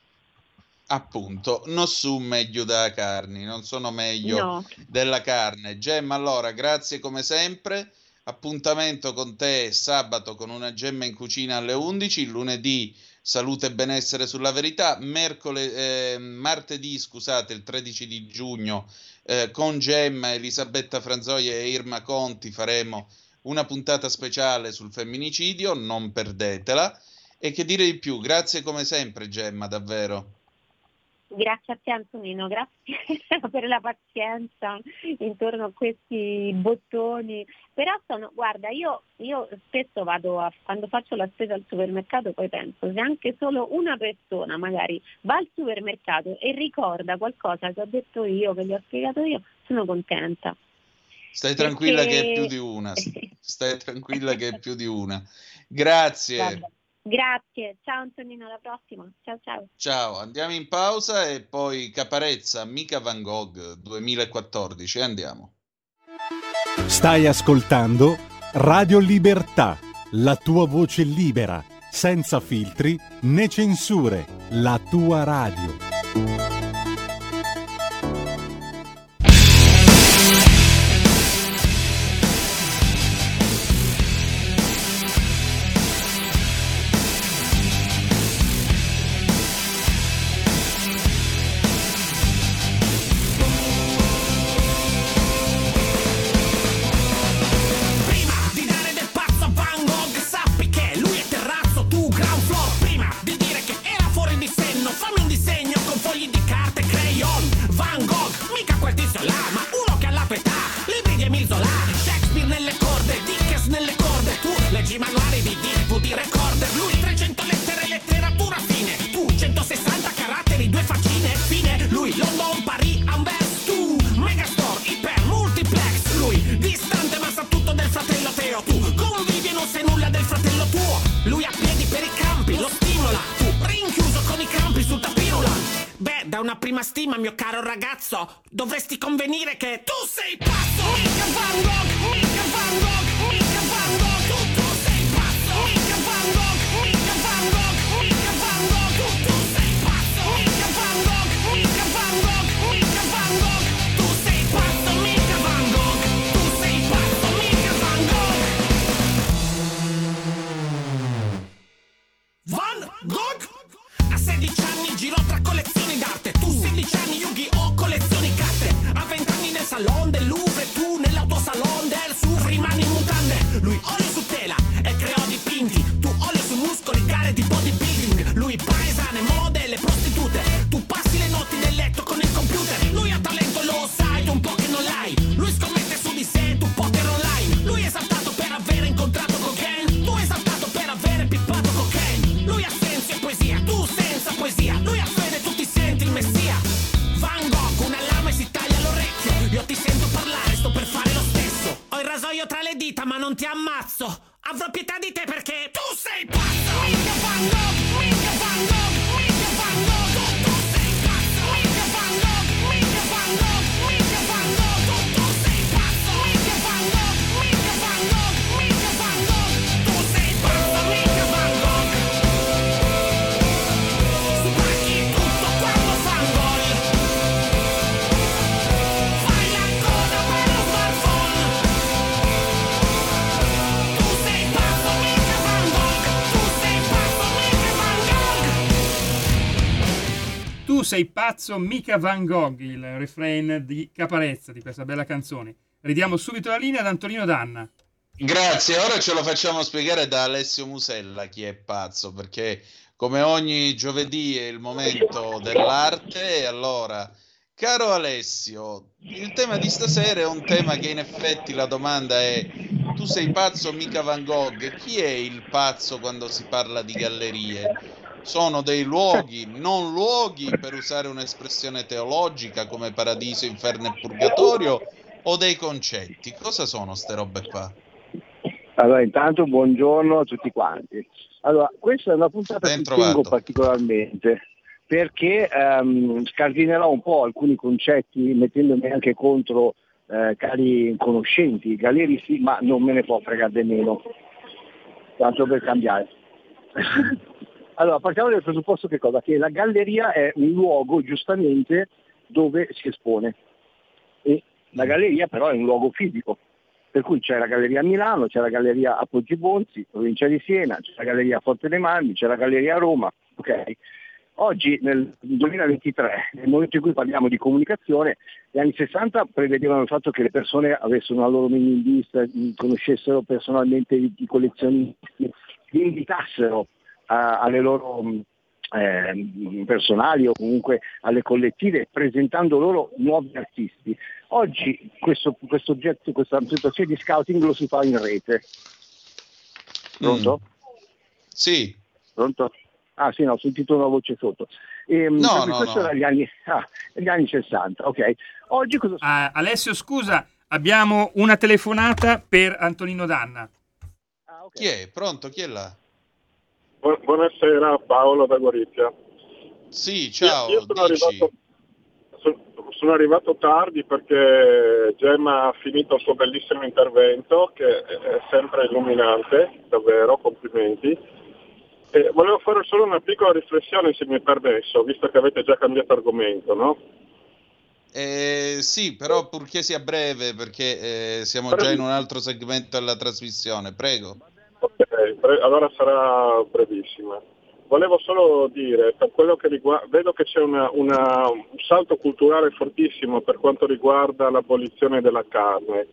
Appunto, non sono meglio della carne, non sono meglio No. della carne. Gemma, allora, grazie come sempre. Appuntamento con te sabato con una Gemma in cucina alle undici, lunedì salute e benessere sulla verità, mercoledì, eh, martedì, scusate, il tredici di giugno eh, con Gemma, Elisabetta Franzoia e Irma Conti faremo una puntata speciale sul femminicidio, non perdetela. E che dire di più, grazie come sempre Gemma, davvero. Grazie a te Antonino, grazie per la pazienza intorno a questi bottoni, però sono, guarda, io, io spesso vado a, quando faccio la spesa al supermercato, poi penso, se anche solo una persona magari va al supermercato e ricorda qualcosa che ho detto io, che gli ho spiegato io, sono contenta. Stai Perché... tranquilla che è più di una, stai tranquilla che è più di una. Grazie. Vabbè. Grazie, ciao Antonino, alla prossima, ciao ciao. Ciao, andiamo in pausa e poi Caparezza, mica Van Gogh duemilaquattordici, andiamo. Stai ascoltando Radio Libertà, la tua voce libera, senza filtri né censure, la tua radio. Dovresti convenire che tu sei pazzo, mica Van Gogh, mica Van Gogh, mica Van Gogh, tu, tu sei pazzo, mica Van Gogh, mica Van Gogh, mica Van Gogh, tu, tu sei pazzo, mica Van Gogh, mica Van Gogh, mica Van Gogh, tu sei pazzo, mica Van Gogh, tu sei pazzo, mica Van Gogh. Van Gogh? A sedici anni girò tra collezioni d'arte, tu sedici anni Yu-Gi-Oh! Collezioni carte, a venti anni nel salon del Louvre, tu nell'autosalon del Suvre, rimani in mutande, lui olio su tela e creò dipinti, tu olio su muscoli, gare di bodybuilding, lui paesane, mode, le prostitute, tu passi le notti nel letto con il computer, lui ha talento, lo sai, tu un po' che non l'hai, lui scommette su di sé, tu poker online, lui è esaltato per aver incontrato cocaine, tu esaltato per aver pippato cocaine, lui ha senso e poesia, tu senza poesia, lui ha fede, tu ti senti il messia. Van Gogh, una lama e si taglia l'orecchio. Io ti sento parlare, sto per fare lo stesso. Ho il rasoio tra le dita ma non ti ammazzo. Avrò pietà di te perché tu sei pazzo. Mica Van Gogh, mica Van Gogh, mica Van Gogh, tu, tu sei pazzo. Mica Van Gogh, mica Van Gogh, mica Van Gogh, tu, tu sei pazzo. Mica Van Gogh, mica Van Gogh, mica Van Gogh, tu sei pazzo. Mica Van Gogh. Spacchi tutto quando fan gol. Fai la coda per lo smartphone. Tu sei pazzo, mica Van Gogh. Tu sei pazzo, mica Van Gogh. Tu sei pazzo, mica Van Gogh, il refrain di Caparezza di questa bella canzone. Ridiamo subito la linea ad Antonino Danna. Grazie, ora ce lo facciamo spiegare da Alessio Musella chi è pazzo, perché come ogni giovedì è il momento dell'arte. E allora, caro Alessio, il tema di stasera è un tema che in effetti la domanda è: tu sei pazzo, mica Van Gogh. Chi è il pazzo quando si parla di gallerie? Sono dei luoghi, non luoghi, per usare un'espressione teologica come paradiso, inferno e purgatorio, o dei concetti? Cosa sono ste robe qua? Allora, intanto buongiorno a tutti quanti. Allora, questa è una puntata Ben che trovato. tengo particolarmente perché ehm, scardinerò un po' alcuni concetti mettendomi anche contro eh, cari conoscenti, galleristi, ma non me ne può fregare di meno, tanto per cambiare. Allora, partiamo dal presupposto che cosa? Che la galleria è un luogo, giustamente, dove si espone. E la galleria però è un luogo fisico. Per cui c'è la galleria a Milano, c'è la galleria a Poggibonsi, provincia di Siena, c'è la galleria a Forte dei Marmi, c'è la galleria a Roma. Okay. Oggi, nel duemilaventitré, nel momento in cui parliamo di comunicazione, gli anni sessanta prevedevano il fatto che le persone avessero una loro mailing list, conoscessero personalmente i, i collezionisti, li invitassero a, alle loro eh, personali o comunque alle collettive, presentando loro nuovi artisti. Oggi questo, questo oggetto, questa situazione di scouting lo si fa in rete. Pronto? Mm. Sì. Pronto? Ah sì, no, ho sentito una voce sotto. E, no, no, questo no. era gli anni, ah, gli anni sessanta, ok. Oggi cosa Uh, Alessio, scusa, abbiamo una telefonata per Antonino Danna. ah, okay. Chi è? Pronto? Chi è là? Buonasera, Paolo da Gorizia. Sì, ciao, io, io sono, dici. arrivato, sono, sono arrivato tardi perché Gemma ha finito il suo bellissimo intervento, che è sempre illuminante, davvero, complimenti. Eh, volevo fare solo una piccola riflessione, se mi è permesso, visto che avete già cambiato argomento, no? Eh, sì, però purché sia breve, perché eh, siamo già in un altro segmento della trasmissione. Prego. Ok, pre- allora sarà brevissima. Volevo solo dire, per quello che riguarda, vedo che c'è una, una, un salto culturale fortissimo per quanto riguarda l'abolizione della carne,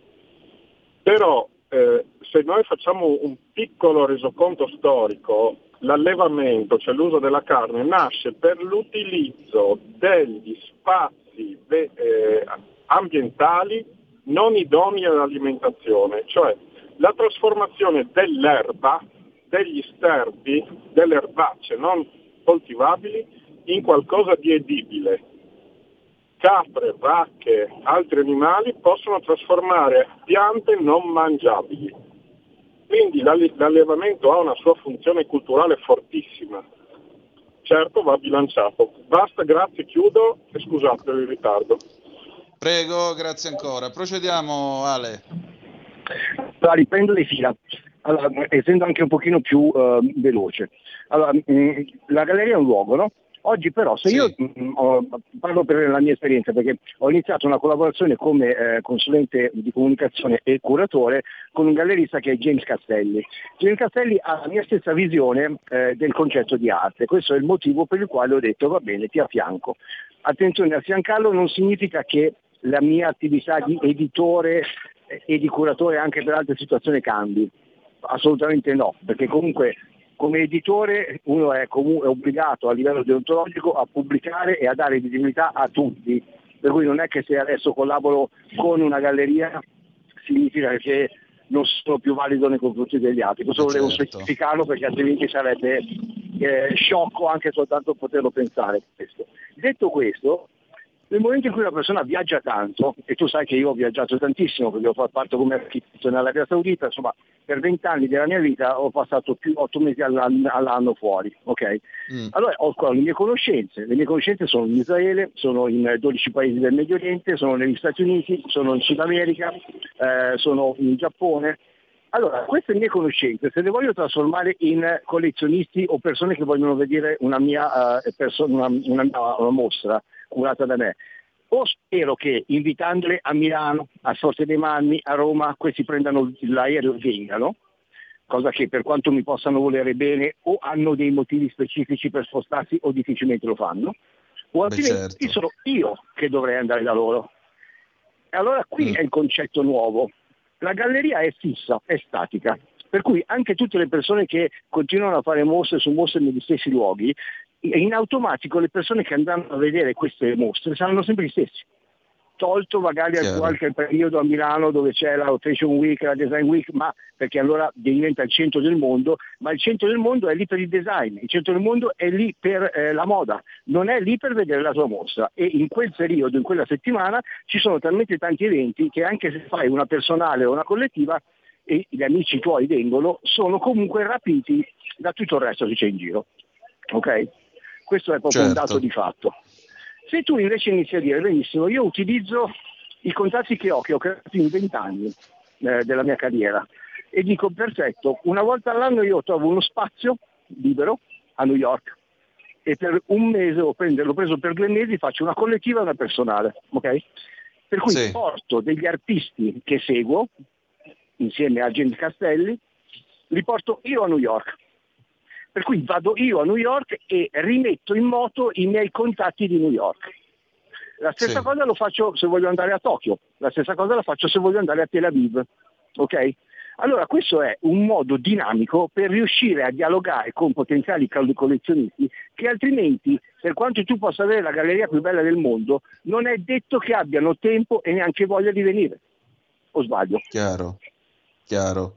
però eh, se noi facciamo un piccolo resoconto storico, l'allevamento, cioè l'uso della carne, nasce per l'utilizzo degli spazi ve- eh, ambientali non idonei all'alimentazione, cioè la trasformazione dell'erba, degli sterpi, delle erbacce non coltivabili in qualcosa di edibile. Capre, vacche, altri animali possono trasformare piante non mangiabili. Quindi l'allevamento ha una sua funzione culturale fortissima. Certo, va bilanciato. Basta, grazie, chiudo e scusate per il ritardo. Prego, grazie ancora. Procediamo, Ale. Allora, riprendo le fila. Allora, essendo anche un pochino più uh, veloce. Allora, mh, la galleria è un luogo, no? Oggi però, se sì. io mh, ho, parlo per la mia esperienza, perché ho iniziato una collaborazione come eh, consulente di comunicazione e curatore con un gallerista che è James Castelli. James Castelli ha la mia stessa visione eh, del concetto di arte, questo è il motivo per il quale ho detto va bene, ti affianco. Attenzione, affiancarlo non significa che la mia attività di editore e di curatore anche per altre situazioni cambi, assolutamente no, perché comunque come editore uno è, comu- è obbligato a livello deontologico a pubblicare e a dare visibilità a tutti, per cui non è che se adesso collaboro con una galleria significa che non sono più valido nei confronti degli altri. Questo volevo certo. specificarlo, perché altrimenti sarebbe eh, sciocco anche soltanto poterlo pensare. Questo. Detto questo, nel momento in cui una persona viaggia tanto, e tu sai che io ho viaggiato tantissimo perché ho fatto parte come architetto nell'Arabia Saudita, insomma per vent'anni della mia vita ho passato più otto mesi all'anno, all'anno fuori, ok? Mm. Allora ho qua le mie conoscenze, le mie conoscenze sono in Israele, sono in dodici paesi del Medio Oriente, sono negli Stati Uniti, sono in Sud America, eh, sono in Giappone. Allora, queste mie conoscenze, se le voglio trasformare in collezionisti o persone che vogliono vedere una mia, uh, perso- una, una, una mostra curata da me, o spero che invitandole a Milano, a Forte dei Marmi, a Roma, questi prendano l'aereo e vengano, cosa che per quanto mi possano volere bene o hanno dei motivi specifici per spostarsi o difficilmente lo fanno, o altrimenti certo. sono io che dovrei andare da loro. E allora qui mm. è il concetto nuovo. La galleria è fissa, è statica, per cui anche tutte le persone che continuano a fare mostre su mostre negli stessi luoghi, in automatico le persone che andranno a vedere queste mostre saranno sempre gli stessi, tolto magari Chiaro. qualche periodo a Milano dove c'è la Fashion Week, la Design Week, ma perché allora diventa il centro del mondo, ma il centro del mondo è lì per il design, il centro del mondo è lì per eh, la moda, non è lì per vedere la tua mostra, e in quel periodo, in quella settimana, ci sono talmente tanti eventi che anche se fai una personale o una collettiva e gli amici tuoi vengono, sono comunque rapiti da tutto il resto che c'è in giro. Ok? Questo è proprio certo. un dato di fatto. Se tu invece inizi a dire, benissimo, io utilizzo i contatti che ho, che ho creato in vent'anni eh, della mia carriera, e dico, perfetto, una volta all'anno io trovo uno spazio libero a New York, e per un mese, o prendo, l'ho preso per due mesi, faccio una collettiva e una personale, ok? Per cui sì. porto degli artisti che seguo, insieme a James Castelli, li porto io a New York. Per cui vado io a New York e rimetto in moto i miei contatti di New York. La stessa sì. cosa lo faccio se voglio andare a Tokyo, la stessa cosa la faccio se voglio andare a Tel Aviv. Ok? Allora questo è un modo dinamico per riuscire a dialogare con potenziali collezionisti che altrimenti, per quanto tu possa avere la galleria più bella del mondo, non è detto che abbiano tempo e neanche voglia di venire. O sbaglio? Chiaro, chiaro.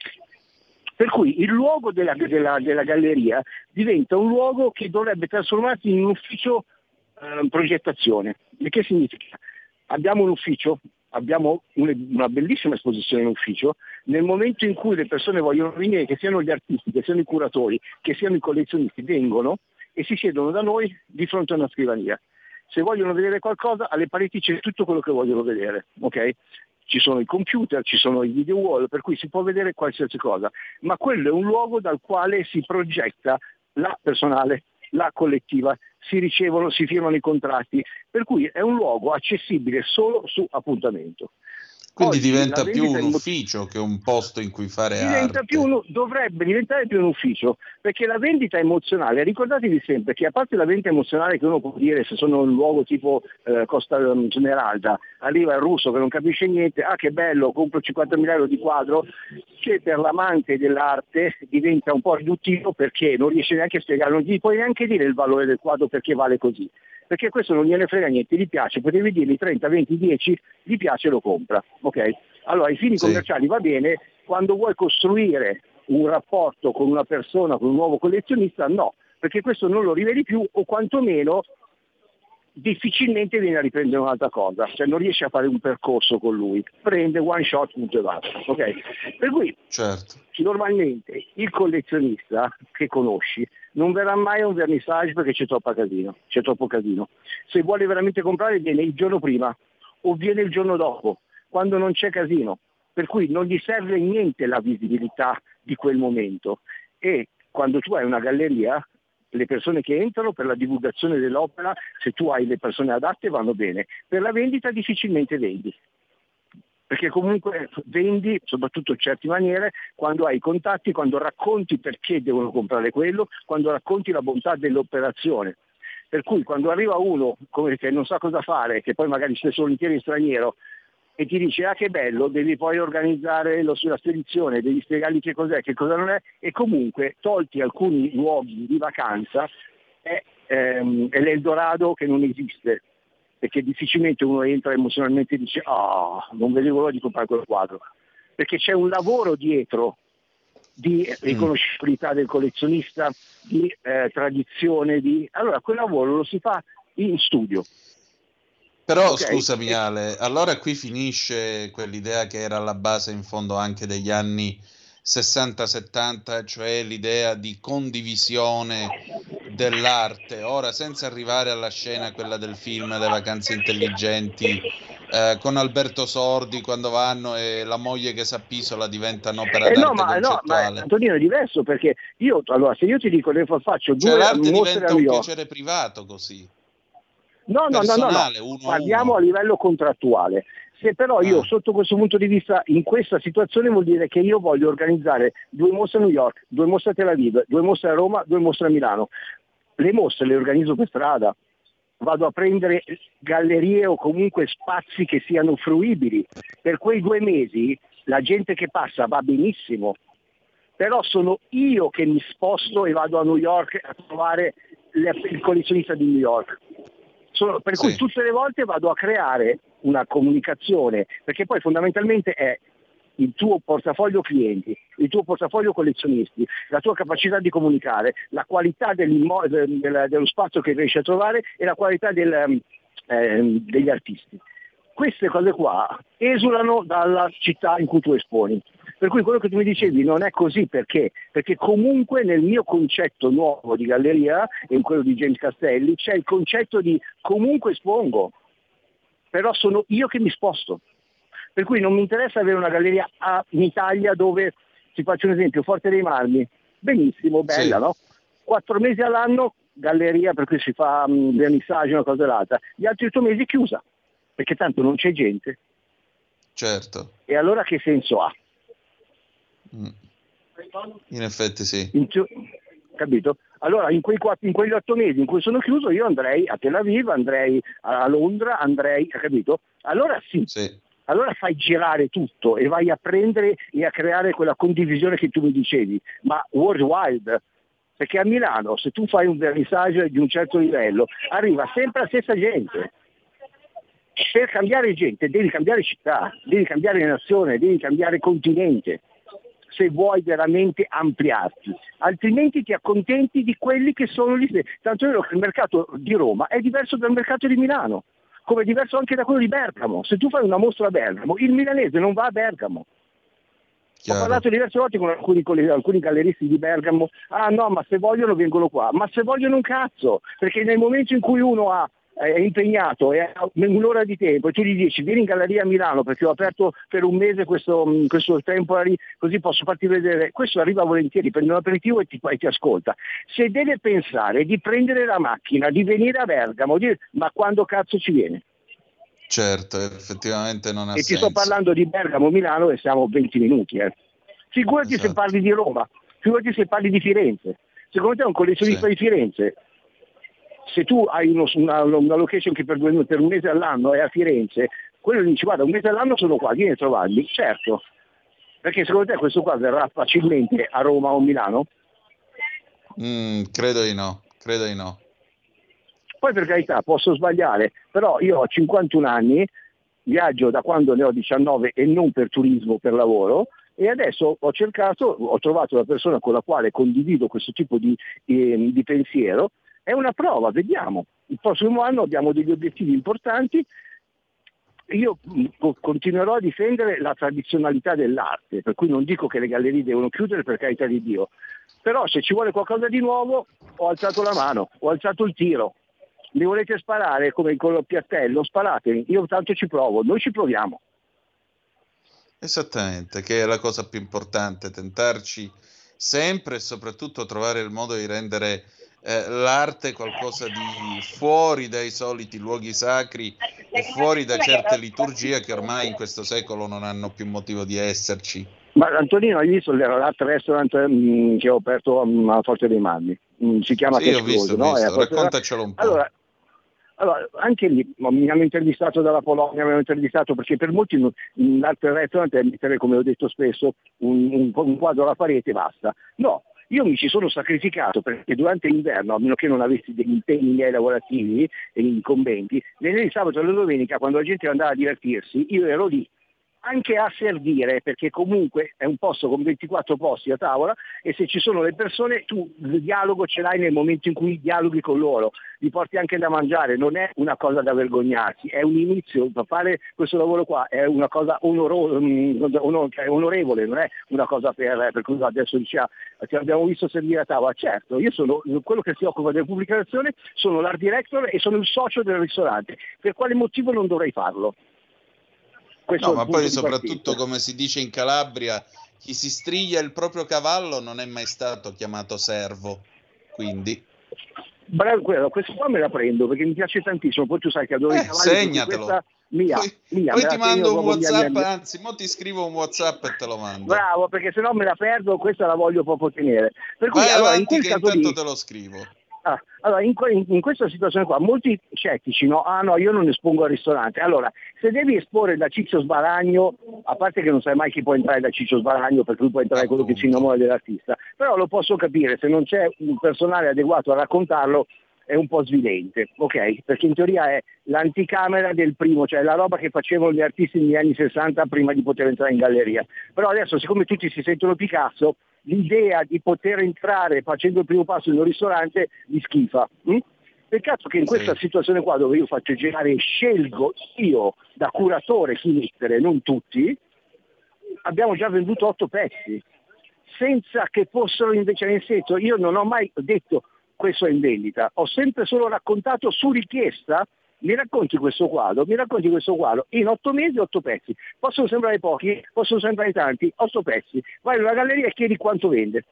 Per cui il luogo della, della, della galleria diventa un luogo che dovrebbe trasformarsi in un ufficio eh, progettazione. E che significa? Abbiamo un ufficio, abbiamo un, una bellissima esposizione in ufficio, nel momento in cui le persone vogliono venire, che siano gli artisti, che siano i curatori, che siano i collezionisti, vengono e si siedono da noi di fronte a una scrivania. Se vogliono vedere qualcosa, alle pareti c'è tutto quello che vogliono vedere, ok? ci sono i computer, ci sono i video wall, per cui si può vedere qualsiasi cosa, ma quello è un luogo dal quale si progetta la personale, la collettiva, si ricevono, si firmano i contratti, per cui è un luogo accessibile solo su appuntamento. Quindi Oggi diventa la più un vendita ufficio che un posto in cui fare diventa arte. più uno, dovrebbe diventare più un ufficio, perché la vendita emozionale, ricordatevi sempre che a parte la vendita emozionale che uno può dire se sono un luogo tipo eh, Costa Smeralda, arriva il russo che non capisce niente, ah che bello, compro cinquantamila euro di quadro, che per l'amante dell'arte diventa un po' riduttivo perché non riesce neanche a spiegare, non gli puoi neanche dire il valore del quadro perché vale così. Perché questo non gliene frega niente, gli piace, potevi dirgli trenta, venti, dieci, gli piace e lo compra, ok? Allora ai fini Sì. commerciali va bene, quando vuoi costruire un rapporto con una persona, con un nuovo collezionista, no, perché questo non lo riveli più o quantomeno difficilmente viene a riprendere un'altra cosa, cioè non riesce a fare un percorso con lui, prende one shot, punto e basta, ok? Per cui Certo. normalmente il collezionista che conosci non verrà mai a un vernissage perché c'è troppo casino, c'è troppo casino. Se vuole veramente comprare viene il giorno prima o viene il giorno dopo, quando non c'è casino, per cui non gli serve niente la visibilità di quel momento. E quando tu hai una galleria, le persone che entrano per la divulgazione dell'opera, se tu hai le persone adatte vanno bene, per la vendita difficilmente vendi. Perché comunque vendi, soprattutto in certe maniere, quando hai i contatti, quando racconti perché devono comprare quello, quando racconti la bontà dell'operazione. Per cui quando arriva uno come che non sa cosa fare, che poi magari spesso volentieri è straniero, e ti dice ah che bello, devi poi organizzare lo, la spedizione, devi spiegargli che cos'è, che cosa non è, e comunque tolti alcuni luoghi di vacanza è, ehm, è l'Eldorado che non esiste. Perché difficilmente uno entra emozionalmente e dice ah, oh, non vedevo l'ora di comprare quel quadro, perché c'è un lavoro dietro di riconoscibilità del collezionista, di eh, tradizione, di... allora quel lavoro lo si fa in studio. Però Okay. scusami Ale, allora qui finisce quell'idea che era alla base in fondo anche degli anni sessanta settanta, cioè l'idea di condivisione dell'arte, ora senza arrivare alla scena quella del film Le vacanze intelligenti, eh, con Alberto Sordi quando vanno e la moglie che s'appisola diventa un'opera Eh no, d'arte ma, no, ma concettuale. Antonino è diverso, perché io, allora, se io ti dico che faccio Cioè due l'arte mostre diventa a New un York, piacere privato così. no, no, no, no, no, personale, uno a parliamo uno. a livello contrattuale. Se però io Ah. sotto questo punto di vista, in questa situazione vuol dire che io voglio organizzare due mostre a New York, due mostre a Tel Aviv, due mostre a Roma, due mostre a Milano. Le mostre le organizzo per strada, vado a prendere gallerie o comunque spazi che siano fruibili. Per quei due mesi la gente che passa va benissimo, però sono io che mi sposto e vado a New York a trovare le- il collezionista di New York. Sono- per cui Sì. tutte le volte vado a creare una comunicazione, perché poi fondamentalmente è il tuo portafoglio clienti, il tuo portafoglio collezionisti, la tua capacità di comunicare, la qualità dell'immo- del- del- dello spazio che riesci a trovare e la qualità del, ehm, ehm, degli artisti. Queste cose qua esulano dalla città in cui tu esponi. Per cui quello che tu mi dicevi non è così, perché? Perché comunque nel mio concetto nuovo di galleria e in quello di James Castelli c'è il concetto di comunque espongo, però sono io che mi sposto. Per cui non mi interessa avere una galleria a, in Italia dove, ti faccio un esempio, Forte dei Marmi, benissimo, bella, Sì. no? Quattro mesi all'anno galleria per cui si fa um, vernissage, una cosa o l'altra, gli altri otto mesi chiusa, perché tanto non c'è gente, Certo. e allora che senso ha? Mm. In effetti sì. In tu- capito? Allora in, quei quattro, in quegli otto mesi in cui sono chiuso io andrei a Tel Aviv, andrei a Londra, andrei, capito? Allora sì, Sì. allora fai girare tutto e vai a prendere e a creare quella condivisione che tu mi dicevi, ma worldwide. Perché a Milano se tu fai un vernissage di un certo livello arriva sempre la stessa gente. Per cambiare gente devi cambiare città, devi cambiare nazione, devi cambiare continente, se vuoi veramente ampliarti, altrimenti ti accontenti di quelli che sono gli stessi. Tanto è vero che il mercato di Roma è diverso dal mercato di Milano, come è diverso anche da quello di Bergamo. Se tu fai una mostra a Bergamo, il milanese non va a Bergamo. Chiaro. Ho parlato diverse volte con alcuni, con alcuni galleristi di Bergamo, ah no, ma se vogliono vengono qua, ma se vogliono un cazzo, perché nel momento in cui uno ha è impegnato e ha un'ora di tempo e tu gli dici vieni in galleria a Milano perché ho aperto per un mese questo, questo temporary, così posso farti vedere, questo arriva volentieri, prende un aperitivo e ti, e ti ascolta. Se deve pensare di prendere la macchina, di venire a Bergamo, di, ma quando cazzo ci viene? Certo, effettivamente non ha e senso. ti sto parlando di Bergamo, Milano e siamo venti minuti, eh. Figurati esatto. Se parli di Roma, figurati se parli di Firenze. Secondo te un collezionista sì. di Firenze, se tu hai uno, una, una location che per, due, per un mese all'anno è a Firenze, quello dici guarda un mese all'anno sono qua, vieni a trovarli, certo, perché secondo te questo qua verrà facilmente a Roma o Milano? Mm, credo di no, credo di no. Poi per carità posso sbagliare, però io ho cinquantuno anni, viaggio da quando ne ho diciannove e non per turismo, per lavoro, e adesso ho cercato, ho trovato una persona con la quale condivido questo tipo di, eh, di pensiero. È una prova, vediamo. Il prossimo anno abbiamo degli obiettivi importanti. Io mh, continuerò a difendere la tradizionalità dell'arte, per cui non dico che le gallerie devono chiudere, per carità di Dio. Però se ci vuole qualcosa di nuovo, ho alzato la mano, ho alzato il tiro. Mi volete sparare come con il piattello? Sparatemi, io tanto ci provo, noi ci proviamo. Esattamente, che è la cosa più importante, tentarci sempre e soprattutto trovare il modo di rendere eh, l'arte qualcosa di fuori dai soliti luoghi sacri e fuori da certe liturgie che ormai in questo secolo non hanno più motivo di esserci. Ma Antonino, hai visto l'art restaurant mh, che ho aperto mh, a Forte dei Marmi? Mh, si chiama sì, ho visto, no? ho visto. Raccontacelo un po'. Allora, Allora, anche lì mi hanno intervistato dalla Polonia, mi hanno intervistato perché per molti l'arte restaurant è mettere, come ho detto spesso, un, un, un quadro alla parete e basta. No, io mi ci sono sacrificato perché durante l'inverno, a meno che non avessi degli impegni miei lavorativi e incombenti, venerdì, sabato e la domenica, quando la gente andava a divertirsi, io ero lì. Anche a servire, perché comunque è un posto con ventiquattro posti a tavola e se ci sono le persone tu il dialogo ce l'hai nel momento in cui dialoghi con loro, li porti anche da mangiare, non è una cosa da vergognarsi, è un inizio, per fare questo lavoro qua è una cosa onoro, cioè onorevole, non è una cosa per, per cui adesso diciamo ti abbiamo visto servire a tavola, certo, io sono quello che si occupa della pubblicazione, sono l'art director e sono il socio del ristorante, per quale motivo non dovrei farlo? Questo no, ma poi soprattutto, come si dice in Calabria, chi si striglia il proprio cavallo non è mai stato chiamato servo, quindi... Bravo, quello, questo qua me la prendo perché mi piace tantissimo, poi tu sai che adoro eh, i cavalli. Segnatelo, questa mia, poi, mia, poi ti mando un WhatsApp, mia, mia. anzi, mo ti scrivo un WhatsApp e te lo mando. Bravo, perché se no me la perdo, questa la voglio proprio tenere. Per cui, vai allora, avanti in che quel caso intanto lì, te lo scrivo. Ah, allora, in, in, in questa situazione qua, molti scettici, no? Ah no, io non espongo al ristorante. Allora, se devi esporre da Ciccio Sbaragno, a parte che non sai mai chi può entrare da Ciccio Sbaragno, perché lui può entrare Appunto. quello che si innamora dell'artista, però lo posso capire, se non c'è un personale adeguato a raccontarlo, è un po' svilente, ok? Perché in teoria è l'anticamera del primo, cioè la roba che facevano gli artisti negli anni sessanta prima di poter entrare in galleria. Però adesso, siccome tutti si sentono Picasso, l'idea di poter entrare facendo il primo passo in un ristorante gli schifa. Hm? Peccato che in questa sì. situazione qua dove io faccio girare e scelgo io da curatore chi mettere, non tutti, abbiamo già venduto otto pezzi, senza che fossero invece, nel senso, io non ho mai detto questo è in vendita, ho sempre solo raccontato su richiesta, mi racconti questo quadro, mi racconti questo quadro, in otto mesi otto pezzi, possono sembrare pochi, possono sembrare tanti, otto pezzi, vai in una galleria e chiedi quanto vende.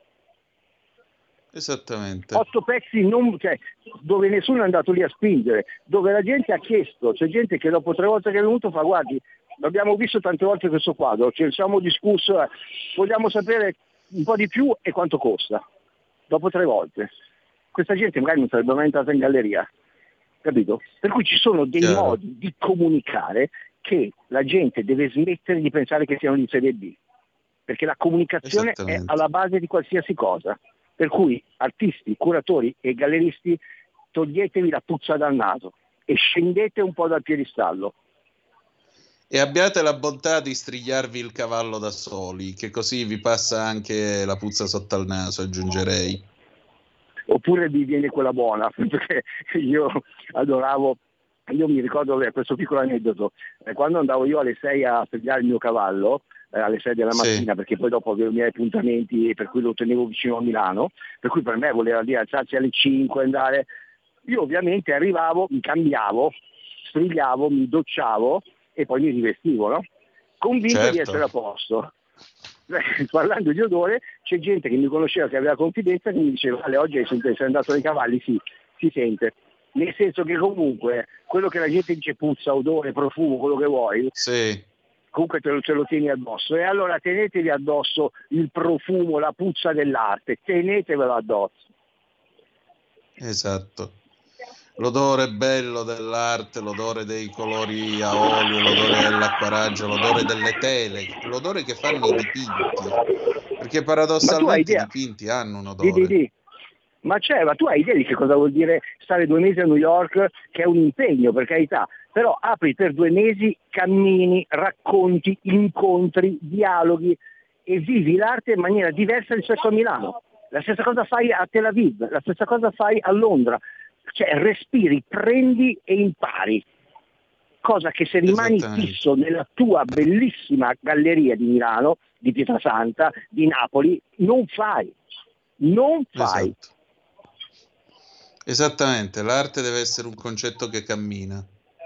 Esattamente. Otto pezzi non, cioè, dove nessuno è andato lì a spingere, dove la gente ha chiesto, c'è gente che dopo tre volte che è venuto fa guardi, abbiamo visto tante volte questo quadro, ci siamo discusso, eh, vogliamo sapere un po' di più e quanto costa, dopo tre volte. Questa gente magari non sarebbe mai entrata in galleria, capito? Per cui ci sono dei Chiaro. modi di comunicare che la gente deve smettere di pensare che siano di serie B, perché la comunicazione è alla base di qualsiasi cosa. Per cui artisti, curatori e galleristi, toglietevi la puzza dal naso e scendete un po' dal piedistallo. E abbiate la bontà di strigliarvi il cavallo da soli, che così vi passa anche la puzza sotto al naso, aggiungerei. Oppure vi viene quella buona, perché io adoravo, io mi ricordo questo piccolo aneddoto, eh, quando andavo io alle sei a svegliare il mio cavallo, eh, alle sei della mattina, sì. Perché poi dopo avevo i miei appuntamenti, per cui lo tenevo vicino a Milano, per cui per me voleva dire alzarsi alle cinque, andare, Io ovviamente arrivavo, mi cambiavo, strigliavo, mi docciavo e poi mi rivestivo, no? Convinto Certo. di essere a posto. Parlando di odore, c'è gente che mi conosceva, che aveva confidenza, che mi diceva: Ale, oggi sei andato ai cavalli? Sì, si sente. Nel senso che comunque quello che la gente dice puzza, odore, profumo, quello che vuoi, Sì. comunque te lo, te lo tieni addosso. E allora tenetevi addosso il profumo, la puzza dell'arte, tenetevelo addosso. Esatto. L'odore bello dell'arte, l'odore dei colori a olio, l'odore dell'acquaraggio, l'odore delle tele, l'odore che fanno i dipinti, perché paradossalmente i idea? dipinti hanno un Di, di, odore. di. Ma c'è, ma tu hai idea di che cosa vuol dire stare due mesi a New York, che è un impegno, per carità, però apri per due mesi, cammini, racconti, incontri, dialoghi e vivi l'arte in maniera diversa rispetto a Milano. La stessa cosa fai a Tel Aviv, la stessa cosa fai a Londra. Cioè respiri, prendi e impari. Cosa che se rimani fisso nella tua bellissima galleria di Milano, di Pietrasanta, di Napoli, non fai. Non fai. Esatto. Esattamente, l'arte deve essere un concetto che cammina.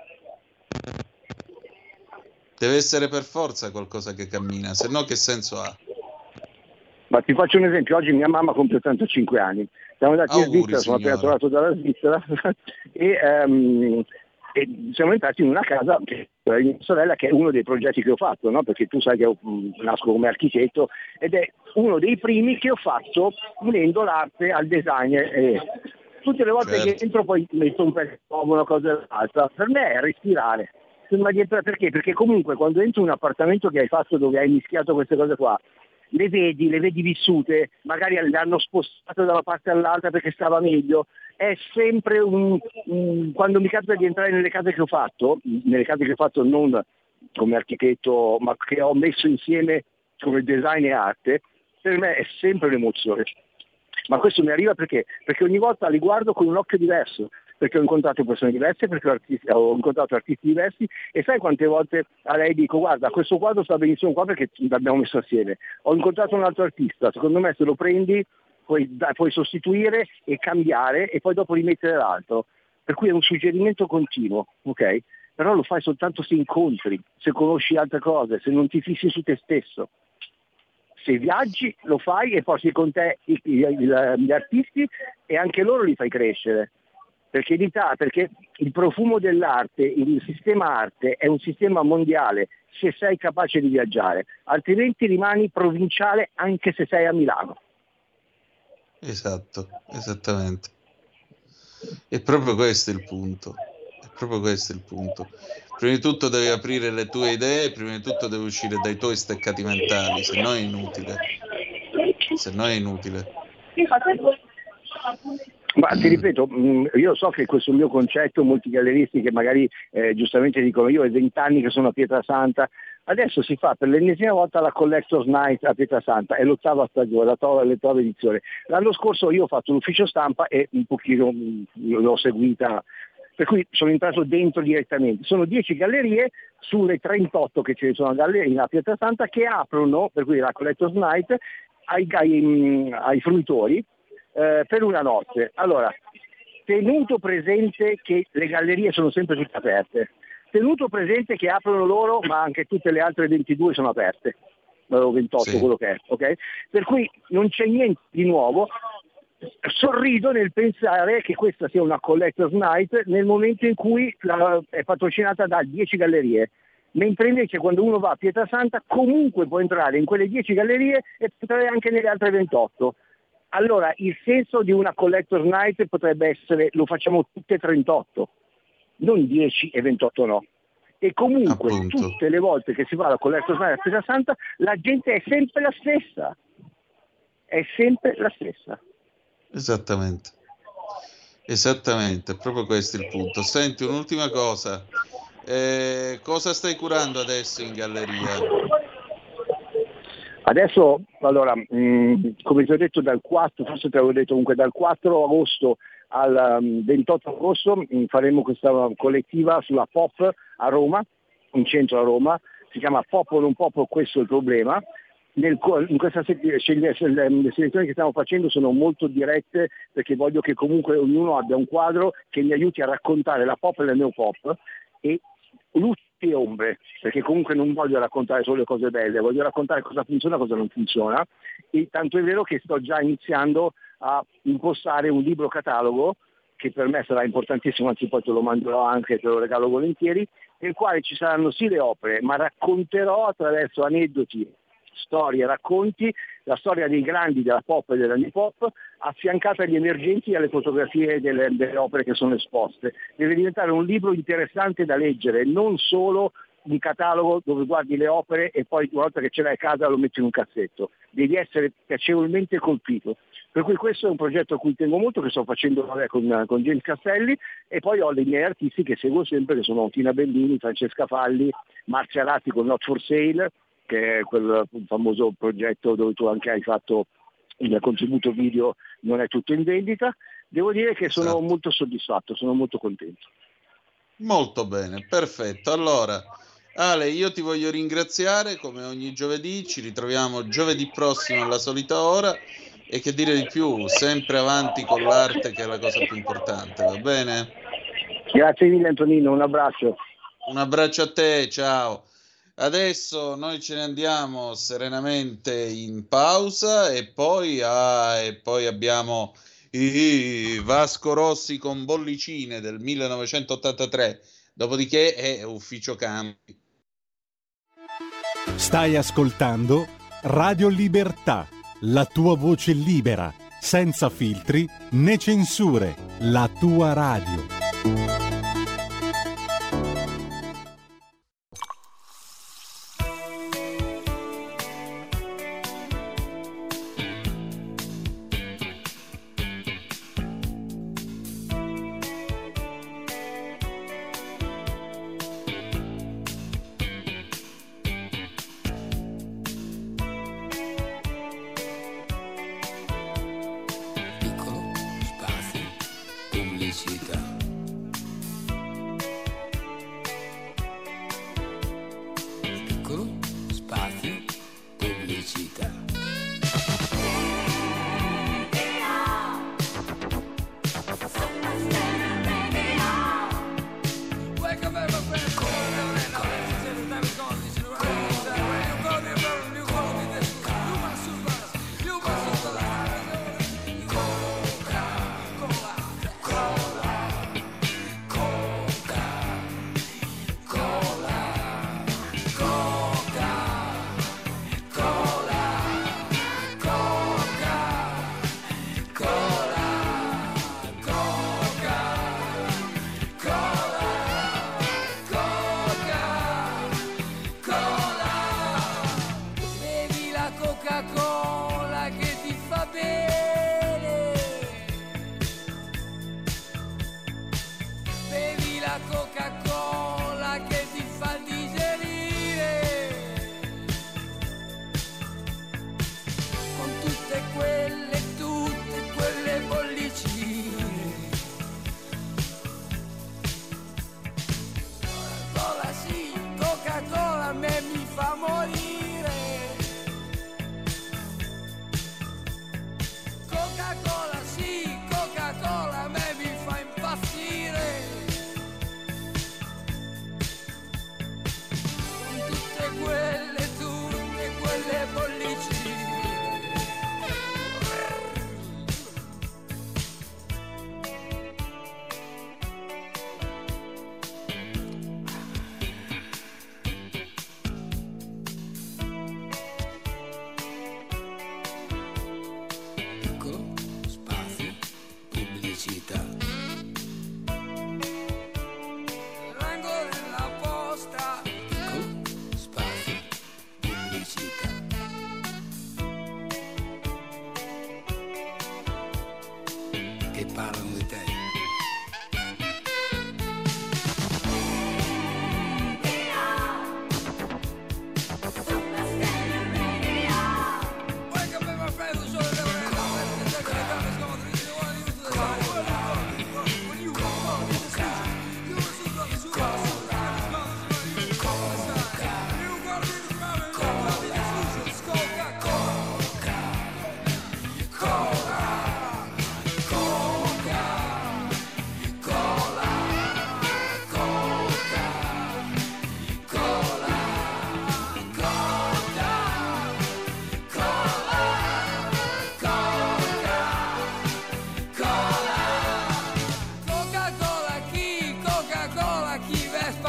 Deve essere per forza qualcosa che cammina, se no che senso ha? Ma ti faccio un esempio, oggi mia mamma compie ottantacinque anni, siamo andati Auguri, in Svizzera, sono appena signora. tornato dalla Svizzera e, um, e siamo entrati in una casa che è di mia sorella, che è uno dei progetti che ho fatto, no? Perché tu sai che io mh, nasco come architetto ed è uno dei primi che ho fatto unendo l'arte al design. E tutte le volte Certo. che entro poi metto un pezzo nuovo, una cosa e l'altra, per me è respirare. Ma dietro, perché? Perché comunque quando entro in un appartamento che hai fatto dove hai mischiato queste cose qua, le vedi, le vedi vissute, magari le hanno spostate da una parte all'altra perché stava meglio, è sempre un, un... quando mi capita di entrare nelle case che ho fatto, nelle case che ho fatto non come architetto, ma che ho messo insieme come design e arte, per me è sempre un'emozione. Ma questo mi arriva perché? Perché ogni volta li guardo con un occhio diverso, perché ho incontrato persone diverse, perché ho, artisti, ho incontrato artisti diversi e sai quante volte a lei dico: guarda, questo quadro sta benissimo qua perché l'abbiamo messo assieme. Ho incontrato un altro artista, secondo me se lo prendi puoi, puoi sostituire e cambiare e poi dopo rimettere l'altro. Per cui è un suggerimento continuo, ok? Però lo fai soltanto se incontri, se conosci altre cose, se non ti fissi su te stesso. Se viaggi lo fai e porti con te i, i, gli artisti e anche loro li fai crescere. Perché, perché il profumo dell'arte, il sistema arte è un sistema mondiale se sei capace di viaggiare, altrimenti rimani provinciale anche se sei a Milano. Esatto, esattamente. E proprio questo è il punto. È proprio questo il punto. Prima di tutto devi aprire le tue idee, prima di tutto devi uscire dai tuoi steccati mentali, se no è inutile. Se no è inutile. Ma ti ripeto, io so che questo mio concetto, molti galleristi che magari eh, giustamente dicono: io ho vent'anni che sono a Pietrasanta, adesso si fa per l'ennesima volta la Collector's Night a Pietrasanta, è l'ottava stagione, la tova, l'ottava edizione. L'anno scorso io ho fatto l'ufficio stampa e un pochino mh, l'ho seguita, per cui sono entrato dentro direttamente. Sono dieci gallerie sulle trentotto che ce ne sono a galleria a Pietrasanta che aprono, per cui la Collector's Night, ai, ai, ai fruitori eh, per una notte. Allora, tenuto presente che le gallerie sono sempre tutte aperte, tenuto presente che aprono loro, ma anche tutte le altre ventidue sono aperte, ventotto Sì. quello che è, ok? Per cui non c'è niente di nuovo. Sorrido nel pensare che questa sia una Collector's Night nel momento in cui la, è patrocinata da dieci gallerie, mentre invece quando uno va a Pietrasanta comunque può entrare in quelle dieci gallerie e entrare anche nelle altre ventotto. Allora il senso di una Collector's Night potrebbe essere: lo facciamo tutte trentotto, non dieci e ventotto no. E comunque Appunto. tutte le volte che si va alla Collector's Night a Pietrasanta la gente è sempre la stessa, è sempre la stessa. Esattamente. Esattamente, proprio questo è il punto. Senti, un'ultima cosa. Eh, cosa stai curando adesso in galleria? Adesso, allora, mh, come ti ho detto, dal quattro, forse te l'avevo detto comunque, dal quattro agosto al um, ventotto agosto mh, faremo questa collettiva sulla pop a Roma, in centro a Roma, si chiama Pop o non pop, questo è il problema, Nel, in questa se- sceglie- le selezioni che stiamo facendo sono molto dirette, perché voglio che comunque ognuno abbia un quadro che mi aiuti a raccontare la pop e la neopop, e luci e ombre, perché comunque non voglio raccontare solo le cose belle, voglio raccontare cosa funziona e cosa non funziona, e tanto è vero che sto già iniziando a impostare un libro catalogo che per me sarà importantissimo, anzi poi te lo manderò anche, te lo regalo volentieri, nel quale ci saranno sì le opere, ma racconterò attraverso aneddoti, storie, racconti, la storia dei grandi della pop e della hip hop, affiancata agli emergenti e alle fotografie delle, delle opere che sono esposte. Deve diventare un libro interessante da leggere, non solo un catalogo dove guardi le opere e poi una volta che ce l'hai a casa lo metti in un cassetto. Devi essere piacevolmente colpito. Per cui questo è un progetto a cui tengo molto, che sto facendo vabbè, con, con James Castelli, e poi ho dei miei artisti che seguo sempre, che sono Tina Bellini, Francesca Falli, Marzia Ratti con Not For Sale, che è quel famoso progetto dove tu anche hai fatto il contributo video Non è tutto in vendita. Devo dire che sono Esatto. molto soddisfatto, sono molto contento. Molto bene, perfetto. Allora, Ale, io ti voglio ringraziare come ogni giovedì, ci ritroviamo giovedì prossimo alla solita ora, e che dire di più, sempre avanti con l'arte, che è la cosa più importante, va bene? Grazie mille Antonino, un abbraccio. Un abbraccio a te, ciao. Adesso noi ce ne andiamo serenamente in pausa, e poi, ah, e poi abbiamo i Vasco Rossi con Bollicine del millenovecentottantatré, dopodiché è Ufficio Campi. Stai ascoltando Radio Libertà, la tua voce libera, senza filtri né censure, la tua radio.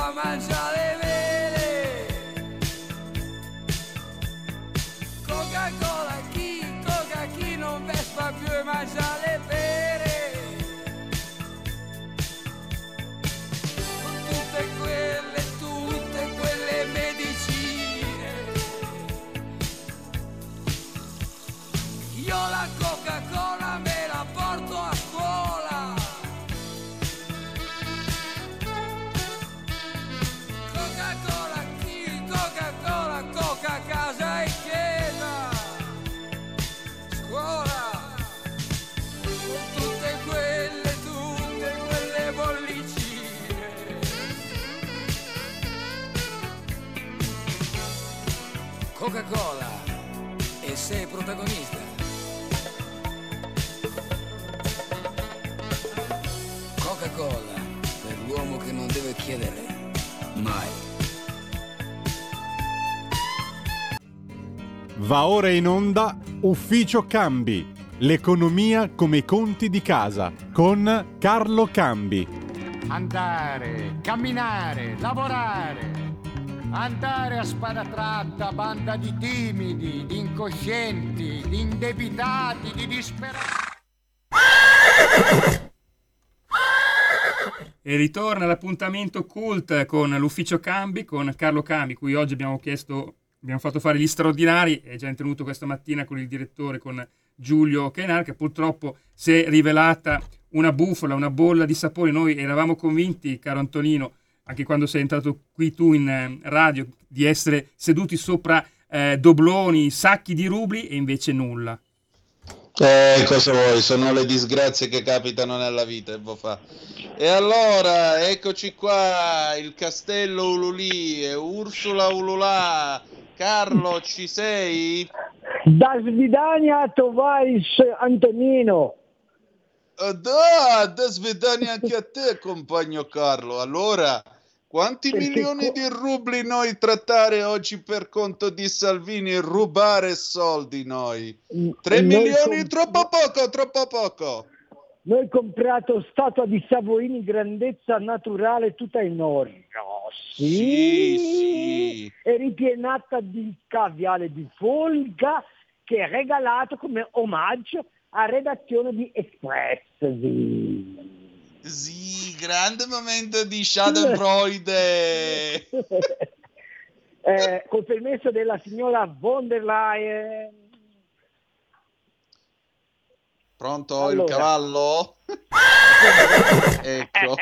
a mangiare le vele. Coca-Cola chi, Coca chi non vespa più e mangia le pere. Con tutte quelle, tutte quelle medicine. Io la Coca-Cola me la porto a scuola. Coca-Cola chi, Coca-Cola, Coca casa e chiesa. Scuola, con tutte quelle, tutte quelle bollicine. Coca-Cola, e sei protagonista. Coca-Cola, per l'uomo che non deve chiedere mai. Va ora in onda Ufficio Cambi, l'economia come i conti di casa, con Carlo Cambi. Andare, camminare, lavorare. Andare a spada tratta, banda di timidi, di incoscienti, di indebitati, di disperati. E ritorna l'appuntamento cult con l'Ufficio Cambi, con Carlo Cambi, cui oggi abbiamo chiesto, abbiamo fatto fare gli straordinari, è già intervenuto questa mattina con il direttore, con Giulio Chenar, che purtroppo si è rivelata una bufala, una bolla di sapone. Noi eravamo convinti, caro Antonino, anche quando sei entrato qui tu in eh, radio, di essere seduti sopra eh, dobloni, sacchi di rubli, e invece nulla. Eh, cosa vuoi? Sono le disgrazie che capitano nella vita, e vo fa. E allora, eccoci qua, il castello Ululì, e Ursula Ululà. Carlo, ci sei? Da Svidania Tovais Antonino. Uh, da, da svedani anche a te, compagno Carlo. Allora, quanti Perché milioni co- di rubli noi trattare oggi per conto di Salvini? Rubare soldi noi. Tre Noi milioni, com- troppo poco, troppo poco. Noi comprato statua di Savoini, grandezza naturale tutta in oro. Sì, Sì, sì. e ripienata di caviale di folga che è regalato come omaggio a redazione di Espresso. Sì, Sì, grande momento di Schadenfreude. eh, col permesso della signora von der Leyen. Pronto Allora. il cavallo? Ecco.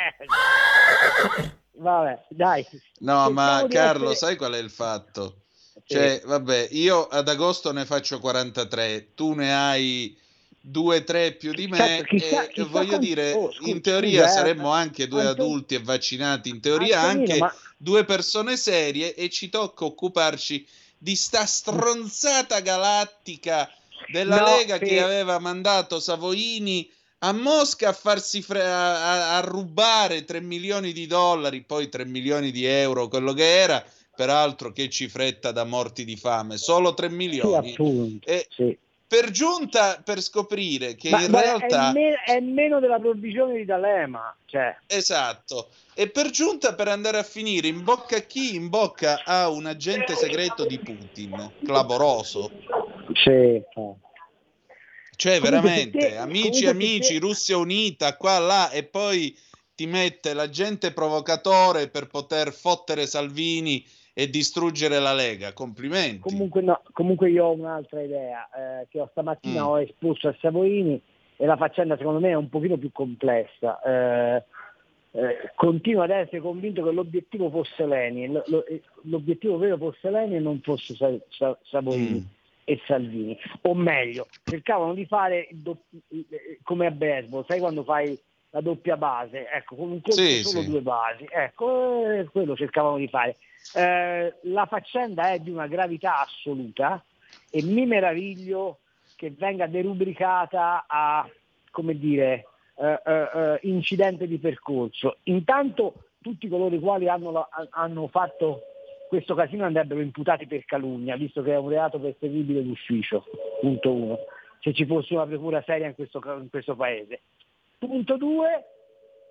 Vabbè, dai. No, ma Cerchiamo di Carlo, essere- sai qual è il fatto? Sì. Cioè, vabbè, io ad agosto ne faccio quarantatré, tu ne hai due tre più di me, Certo, chissà- e chissà voglio quanti- dire, oh, scu- in teoria scusa, eh, saremmo anche due Anton- adulti e vaccinati, in teoria Antonino, anche ma- due persone serie, e ci tocca occuparci di sta stronzata galattica della No, Lega sì. che aveva mandato Savoini a Mosca a farsi fre- a, a- a rubare tre milioni di dollari, poi tre milioni di euro, quello che era, peraltro che cifretta da morti di fame, solo tre Sì, milioni. appunto. E Sì. per giunta, per scoprire che Ma in guarda, realtà... è, me- è meno della provvisione di D'Alema, cioè. Esatto, e per giunta per andare a finire in bocca a chi? In bocca a un agente segreto di Putin, clamoroso. Sì. Cioè, Comunque, veramente, se te- amici, comunque, se amici, te- Russia unita, qua, là, e poi ti mette l'agente provocatore per poter fottere Salvini e distruggere la Lega. Complimenti. Comunque, no, comunque io ho un'altra idea, eh, che ho stamattina Mm. ho esposto a Savoini, e la faccenda secondo me è un pochino più complessa. Eh, eh, continuo ad essere convinto che l'obiettivo fosse Leni, lo- lo- l'obiettivo vero fosse Leni e non fosse Sa- Sa- Savoini. Mm. E Salvini, o meglio, cercavano di fare il dopp- eh, come a baseball, sai quando fai la doppia base, ecco, con un colpo Sì, solo sì. due basi, ecco, eh, quello cercavano di fare. Eh, la faccenda è di una gravità assoluta e mi meraviglio che venga derubricata a, come dire, eh, eh, eh, incidente di percorso. Intanto tutti coloro i quali hanno, la- hanno fatto questo casino andrebbero imputati per calunnia, visto che è un reato perseguibile d'ufficio, punto uno, se ci fosse una procura seria in questo, in questo paese. Punto due,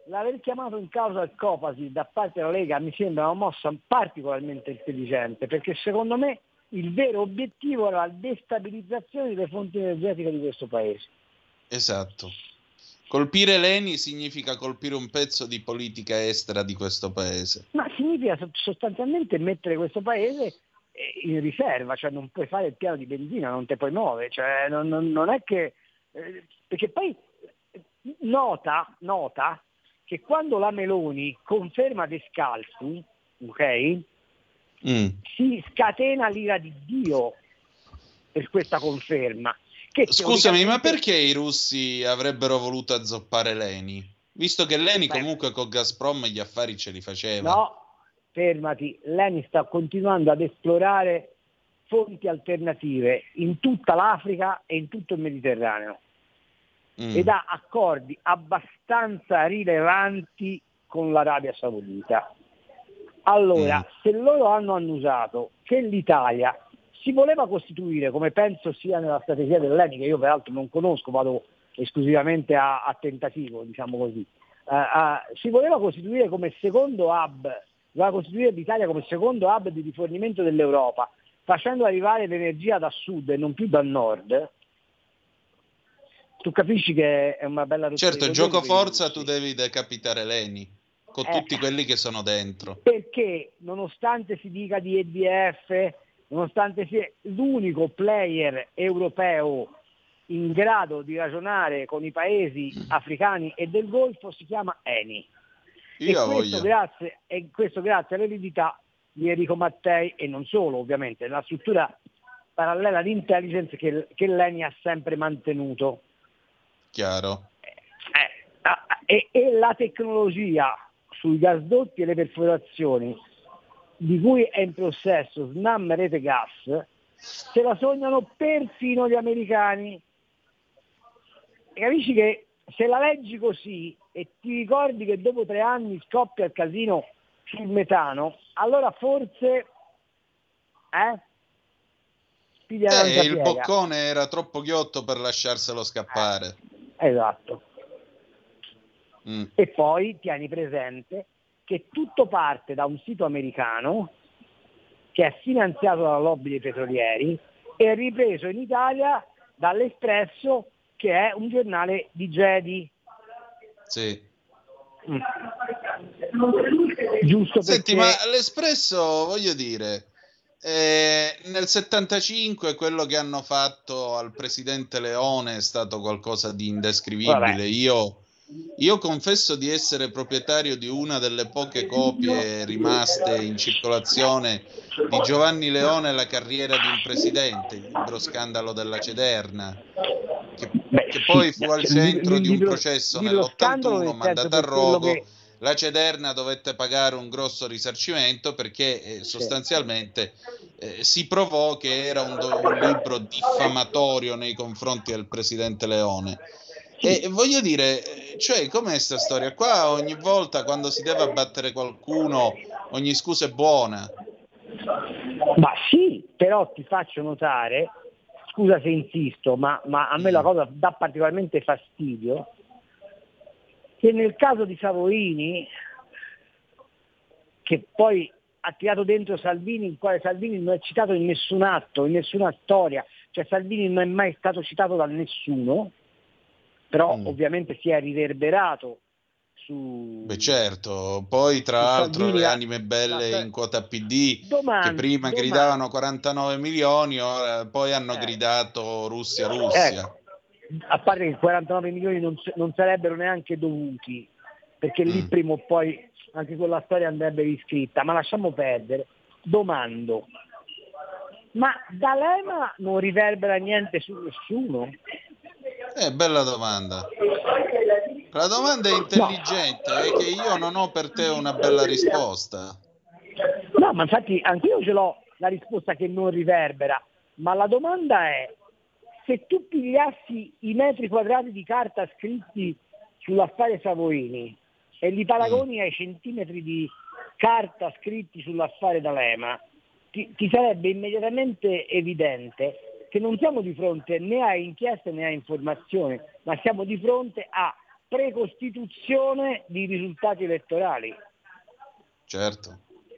l'aver chiamato in causa il Copasir da parte della Lega mi sembra una mossa particolarmente intelligente, perché secondo me il vero obiettivo era la destabilizzazione delle fonti energetiche di questo paese. Esatto. Colpire l'Eni significa colpire un pezzo di politica estera di questo paese. Ma significa sostanzialmente mettere questo paese in riserva, cioè non puoi fare il piano di benzina, non te puoi muovere, cioè non, non, non è che... Eh, perché poi nota, nota che quando la Meloni conferma Descalzi, ok, mm. si scatena l'ira di Dio per questa conferma. Che Scusami, teoricamente... ma perché i russi avrebbero voluto azzoppare l'Eni? Visto che l'Eni Beh, comunque con Gazprom gli affari ce li faceva. No, fermati, l'Eni sta continuando ad esplorare fonti alternative in tutta l'Africa e in tutto il Mediterraneo. Mm. Ed ha accordi abbastanza rilevanti con l'Arabia Saudita. Allora, mm. se loro hanno annusato che l'Italia si voleva costituire, come penso sia nella strategia dell'Eni, che io peraltro non conosco, vado esclusivamente a, a tentativo, diciamo così, uh, uh, si voleva costituire come secondo hub, voleva costituire l'Italia come secondo hub di rifornimento dell'Europa, facendo arrivare l'energia da sud e non più dal nord. Tu capisci che è una bella rottura. Certo, gioco forza tu devi decapitare l'Eni con eh, tutti quelli che sono dentro. Perché nonostante si dica di E D F, nonostante sia l'unico player europeo in grado di ragionare con i paesi africani e del Golfo, si chiama Eni. Io e, questo grazie, e questo grazie all'eredità di Enrico Mattei e non solo, ovviamente, la struttura parallela di intelligence che, che l'Eni ha sempre mantenuto. Chiaro. Eh, eh, e, e la tecnologia sui gasdotti e le perforazioni di cui è in possesso Snam Rete Gas, se la sognano perfino gli americani. E capisci che se la leggi così e ti ricordi che dopo tre anni scoppia il casino sul metano, allora forse eh? Eh, il boccone era troppo ghiotto per lasciarselo scappare. Eh, esatto. Mm. E poi tieni presente che tutto parte da un sito americano che è finanziato dalla lobby dei petrolieri e ripreso in Italia dall'Espresso, che è un giornale di Jedi. Sì. Mm. Giusto. Senti, perché... ma l'Espresso, voglio dire, eh, nel settantacinque quello che hanno fatto al presidente Leone è stato qualcosa di indescrivibile. Io Io confesso di essere proprietario di una delle poche copie rimaste in circolazione di Giovanni Leone e la carriera di un presidente, il libro Scandalo della Cederna, che, Beh, che poi fu al centro di un processo nell'ottantuno mandato a rogo. Che... La Cederna dovette pagare un grosso risarcimento perché eh, sostanzialmente eh, si provò che era un, un libro diffamatorio nei confronti del presidente Leone. E voglio dire, cioè, com'è sta storia? Qua ogni volta quando si deve abbattere qualcuno, ogni scusa è buona. Ma sì, però ti faccio notare, scusa se insisto, ma, ma a me la cosa dà particolarmente fastidio, che nel caso di Savoini, che poi ha tirato dentro Salvini, il quale Salvini non è citato in nessun atto, in nessuna storia, cioè Salvini non è mai stato citato da nessuno, però mm. ovviamente si è riverberato su... Beh certo, poi tra l'altro le anime belle la... in quota P D domani, che prima domani. gridavano quarantanove milioni, ora, poi hanno eh. gridato Russia, Russia. Eh. A parte che quarantanove milioni non, non sarebbero neanche dovuti, perché lì mm. prima o poi anche quella storia andrebbe riscritta, ma lasciamo perdere. Domando, ma D'Alema non riverbera niente su nessuno? Eh, bella domanda. La domanda è intelligente, no. È che io non ho per te una bella risposta. No, ma infatti anch'io ce l'ho la risposta che non riverbera, ma la domanda è: se tu pigliassi i metri quadrati di carta scritti sull'affare Savoini e li paragoni mm. ai centimetri di carta scritti sull'affare D'Alema, ti, ti sarebbe immediatamente evidente che non siamo di fronte né a inchieste né a informazioni, ma siamo di fronte a precostituzione di risultati elettorali. Certo.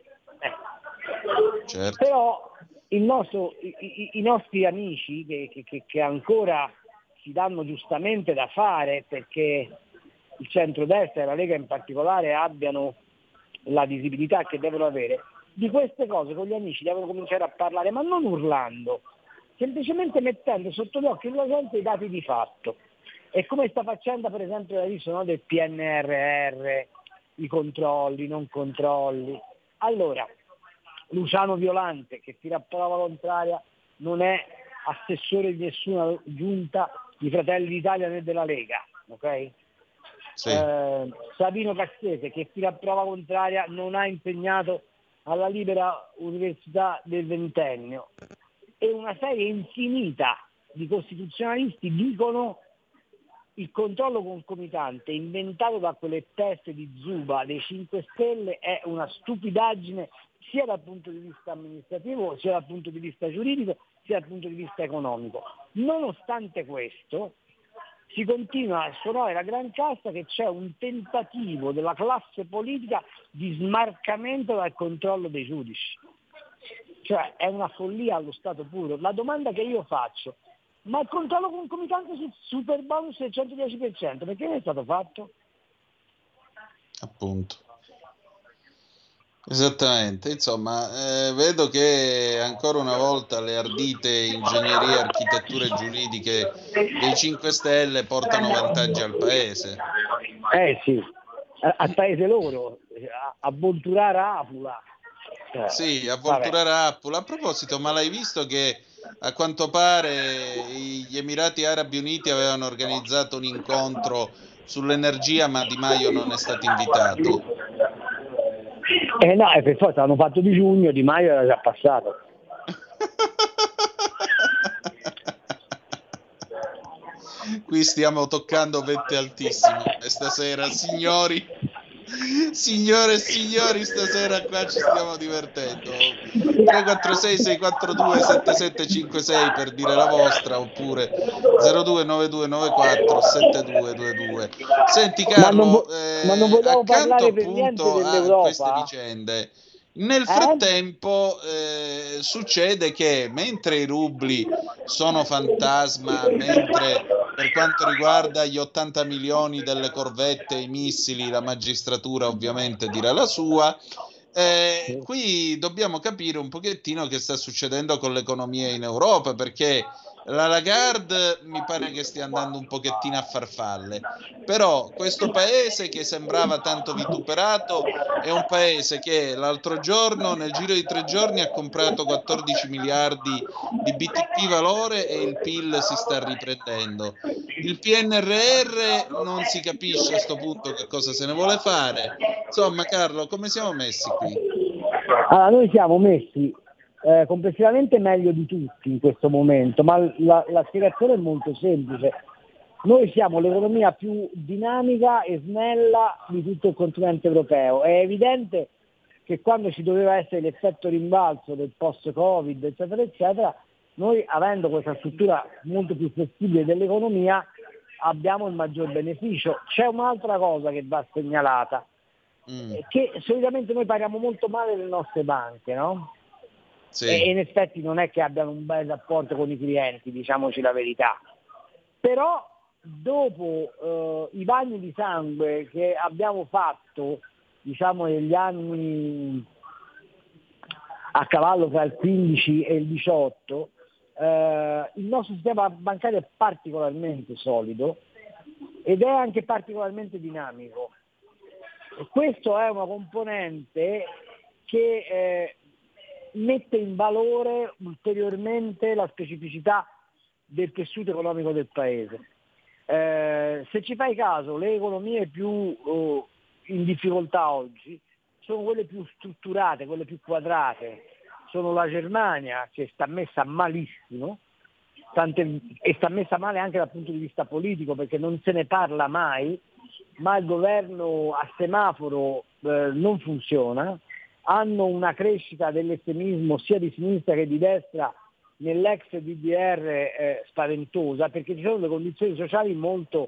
Eh. certo. Però il nostro, i, i, i nostri amici che, che, che ancora si danno giustamente da fare perché il centrodestra e la Lega in particolare abbiano la visibilità che devono avere, di queste cose con gli amici devono cominciare a parlare, ma non urlando, semplicemente mettendo sotto gli occhi della gente i dati di fatto. E come sta facendo per esempio adesso, no, del P N R R, i controlli, non controlli. Allora, Luciano Violante, che tira a prova contraria, non è assessore di nessuna giunta di Fratelli d'Italia né della Lega, ok? Sì. Eh, Sabino Cassese, che tira a prova contraria, non ha impegnato alla libera università del ventennio, e una serie infinita di costituzionalisti dicono il controllo concomitante inventato da quelle teste di Zuba dei cinque Stelle è una stupidaggine sia dal punto di vista amministrativo, sia dal punto di vista giuridico, sia dal punto di vista economico. Nonostante questo si continua a suonare la gran cassa che c'è un tentativo della classe politica di smarcamento dal controllo dei giudici. Cioè è una follia allo stato puro. La domanda che io faccio: ma il controllo concomitante sul super bonus del centodieci per cento perché non è stato fatto? Appunto. Esattamente, insomma, eh, vedo che ancora una volta le ardite ingegnerie, architetture giuridiche dei cinque Stelle portano vantaggi al paese. Eh sì, al paese loro, a, a volturare Apula. Eh, sì, a volturare Apula. A proposito, ma l'hai visto che a quanto pare gli Emirati Arabi Uniti avevano organizzato un incontro sull'energia, ma Di Maio non è stato invitato? Eh no, è per forza, l'hanno fatto di giugno, Di Maio era già passato. Qui stiamo toccando vette altissime e stasera, signori, signore e signori, stasera qua ci stiamo divertendo. Tre quattro sei sei quattro due sette sette cinque sei per dire la vostra, oppure zero due nove due nove quattro sette due due due. Senti Carlo, ma non, eh, ma non vogliamo accanto parlare per niente appunto a dell'Europa? queste vicende, nel frattempo eh, succede che mentre i rubli sono fantasma, mentre per quanto riguarda gli ottanta milioni delle corvette e i missili la magistratura ovviamente dirà la sua, eh, qui dobbiamo capire un pochettino che sta succedendo con l'economia in Europa, perché la Lagarde mi pare che stia andando un pochettino a farfalle, però questo paese che sembrava tanto vituperato è un paese che l'altro giorno nel giro di tre giorni ha comprato quattordici miliardi di B T P valore e il P I L si sta riprendendo. Il P N R R non si capisce a sto punto che cosa se ne vuole fare. Insomma Carlo, come siamo messi qui? Allora, noi siamo messi Eh, complessivamente meglio di tutti in questo momento, ma la, la spiegazione è molto semplice. Noi siamo l'economia più dinamica e snella di tutto il continente europeo. È evidente che quando ci doveva essere l'effetto rimbalzo del post-Covid, eccetera, eccetera, noi avendo questa struttura molto più flessibile dell'economia abbiamo il maggior beneficio. C'è un'altra cosa che va segnalata, mm. che solitamente noi paghiamo molto male le nostre banche, no? Sì. E in effetti non è che abbiano un bel rapporto con i clienti, diciamoci la verità. Però dopo eh, i bagni di sangue che abbiamo fatto, diciamo, negli anni a cavallo tra il quindici e il diciotto, eh, il nostro sistema bancario è particolarmente solido ed è anche particolarmente dinamico. E questo è una componente che eh, mette in valore ulteriormente la specificità del tessuto economico del paese. Eh, se ci fai caso, le economie più oh, in difficoltà oggi sono quelle più strutturate, quelle più quadrate. Sono la Germania, che sta messa malissimo, tante, e sta messa male anche dal punto di vista politico, perché non se ne parla mai, ma il governo a semaforo eh, non funziona. Hanno una crescita dell'estremismo sia di sinistra che di destra nell'ex D D R eh, spaventosa, perché ci sono le condizioni sociali molto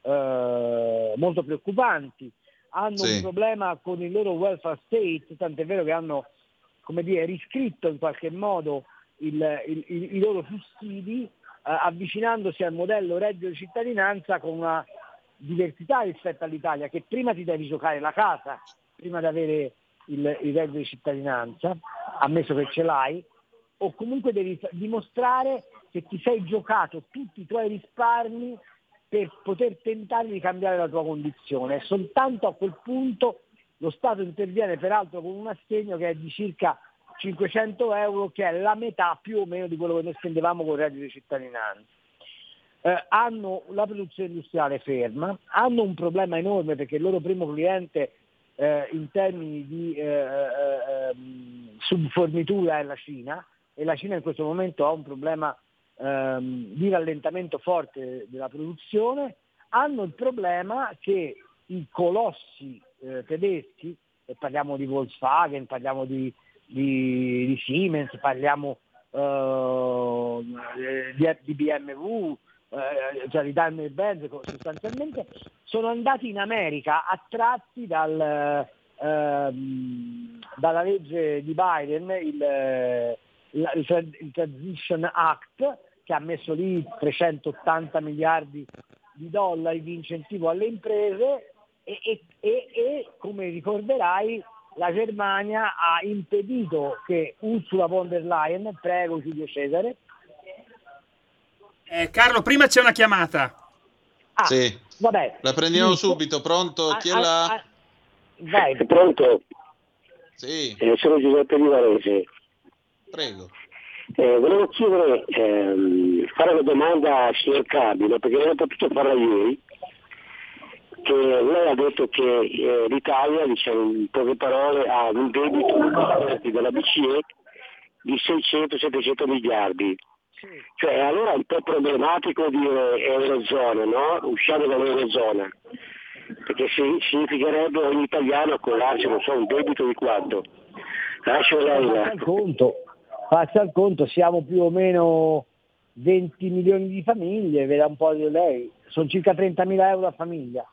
eh, molto preoccupanti, hanno Sì. un problema con il loro welfare state, tant'è vero che hanno, come dire, riscritto in qualche modo il, il, il, i loro sussidi, eh, avvicinandosi al modello reddito di cittadinanza con una diversità rispetto all'Italia, che prima ti devi giocare la casa, prima di avere il, il reddito di cittadinanza, ammesso che ce l'hai, o comunque devi dimostrare che ti sei giocato tutti i tuoi risparmi per poter tentare di cambiare la tua condizione. Soltanto a quel punto lo Stato interviene, peraltro con un assegno che è di circa cinquecento euro, che è la metà più o meno di quello che noi spendevamo con il reddito di cittadinanza. Eh, hanno la produzione industriale ferma, hanno un problema enorme perché il loro primo cliente eh, in termini di eh, eh, subfornitura è la Cina, e la Cina in questo momento ha un problema ehm, di rallentamento forte della produzione. Hanno il problema che i colossi eh, tedeschi, e parliamo di Volkswagen, parliamo di, di, di Siemens, parliamo eh, di, di B M W, eh, cioè di Daimler Benz, sostanzialmente sono andati in America attratti dal, ehm, dalla legge di Biden, il, il, il Transition Act, che ha messo lì trecentottanta miliardi di dollari di incentivo alle imprese, e, e, e, e come ricorderai la Germania ha impedito che Ursula von der Leyen, prego Giulio Cesare. Eh, Carlo, prima c'è una chiamata. Ah, sì. Vabbè, La prendiamo finisco. subito, pronto? Chi è Ah, là? ah, vai. È pronto? Sì, Eh, sono Giuseppe Di Varese. prego. Eh, volevo chiedere, ehm, fare una domanda al signor Cardi, perché non ho potuto farla ieri, che lei ha detto che eh, l'Italia, diciamo in poche parole, ha un debito della B C E di seicento settecento miliardi. Cioè allora è un po' problematico dire Eurozona, no? Usciamo dall'Eurozona, perché si, significherebbe ogni italiano collarsi, non so, un debito di quanto? Lascio lei là. Faccia il conto, faccia il conto, siamo più o meno venti milioni di famiglie, veda un po' di lei, sono circa trentamila euro a famiglia.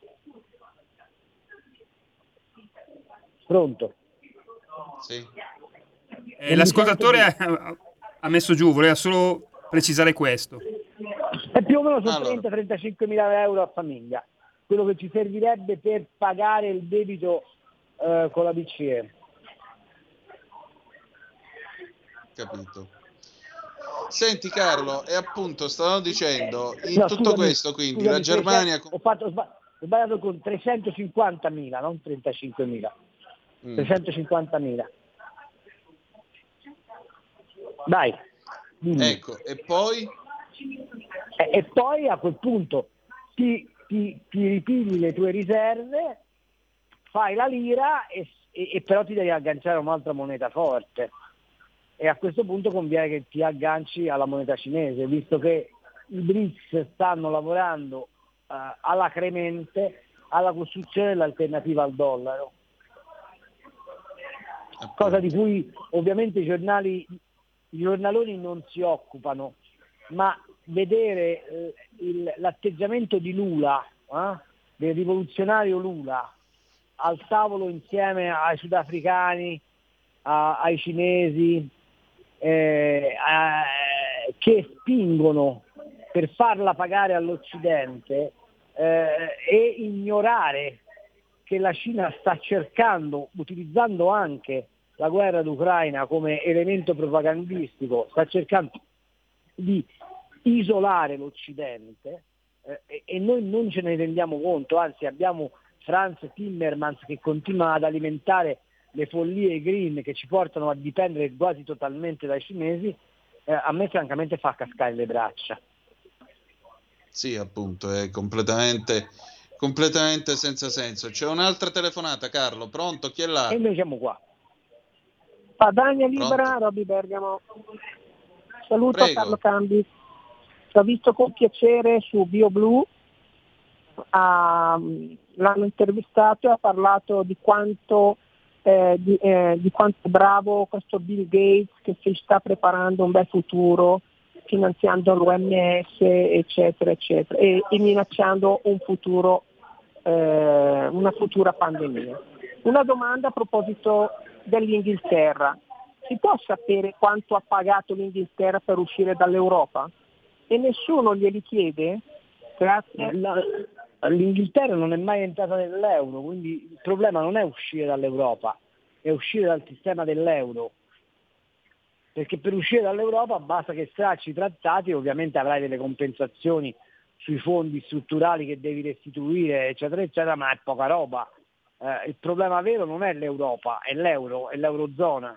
Pronto? Sì. Eh, l'ascoltatore ha, ha messo giù, voleva solo precisare questo. E più o meno sono Allora. trenta trentacinque mila euro a famiglia, quello che ci servirebbe per pagare il debito eh, con la B C E. Capito. Senti Carlo, e appunto stavamo dicendo, in No, tutto scusami, questo quindi scusami, la Germania... trecento, ho, fatto, ho sba- ho sbagliato con trecentocinquantamila, non trentacinquemila. Mm. trecentocinquantamila. Dai. dimmi. Ecco, e poi? E, e poi a quel punto ti, ti, ti ripigli le tue riserve, fai la lira e, e, e però ti devi agganciare a un'altra moneta forte. E a questo punto conviene che ti agganci alla moneta cinese, visto che i B R I C S stanno lavorando uh, alacremente alla costruzione dell'alternativa al dollaro. Cosa di cui ovviamente i giornali, i giornaloni non si occupano, ma vedere eh, il, l'atteggiamento di Lula, eh, del rivoluzionario Lula, al tavolo insieme ai sudafricani, a, ai cinesi, eh, a, che spingono per farla pagare all'Occidente, eh, e ignorare che la Cina sta cercando, utilizzando anche la guerra d'Ucraina come elemento propagandistico, sta cercando di isolare l'Occidente, eh, e, e noi non ce ne rendiamo conto, anzi abbiamo Franz Timmermans che continua ad alimentare le follie green che ci portano a dipendere quasi totalmente dai cinesi. eh, a me francamente fa cascare le braccia. Sì, appunto, è completamente, completamente senza senso. C'è un'altra telefonata, Carlo, pronto? Chi è là? E noi siamo qua. Padania Libera, Pronto? Robby Bergamo. Saluto Prego. Carlo Cambi. L'ho visto con piacere su BioBlue, ah, l'hanno intervistato e ha parlato di quanto, eh, di, eh, di quanto è bravo questo Bill Gates, che si sta preparando un bel futuro, finanziando l'O M S, eccetera, eccetera, e, e minacciando un futuro, eh, una futura pandemia. Una domanda a proposito dell'Inghilterra. Si può sapere quanto ha pagato l'Inghilterra per uscire dall'Europa? E nessuno glieli chiede? Grazie. La, L'Inghilterra non è mai entrata nell'euro, quindi il problema non è uscire dall'Europa, è uscire dal sistema dell'euro. Perché per uscire dall'Europa basta che stracci i trattati, ovviamente avrai delle compensazioni sui fondi strutturali che devi restituire, eccetera, eccetera, ma è poca roba. Eh, il problema vero non è l'Europa, è l'euro, è l'eurozona.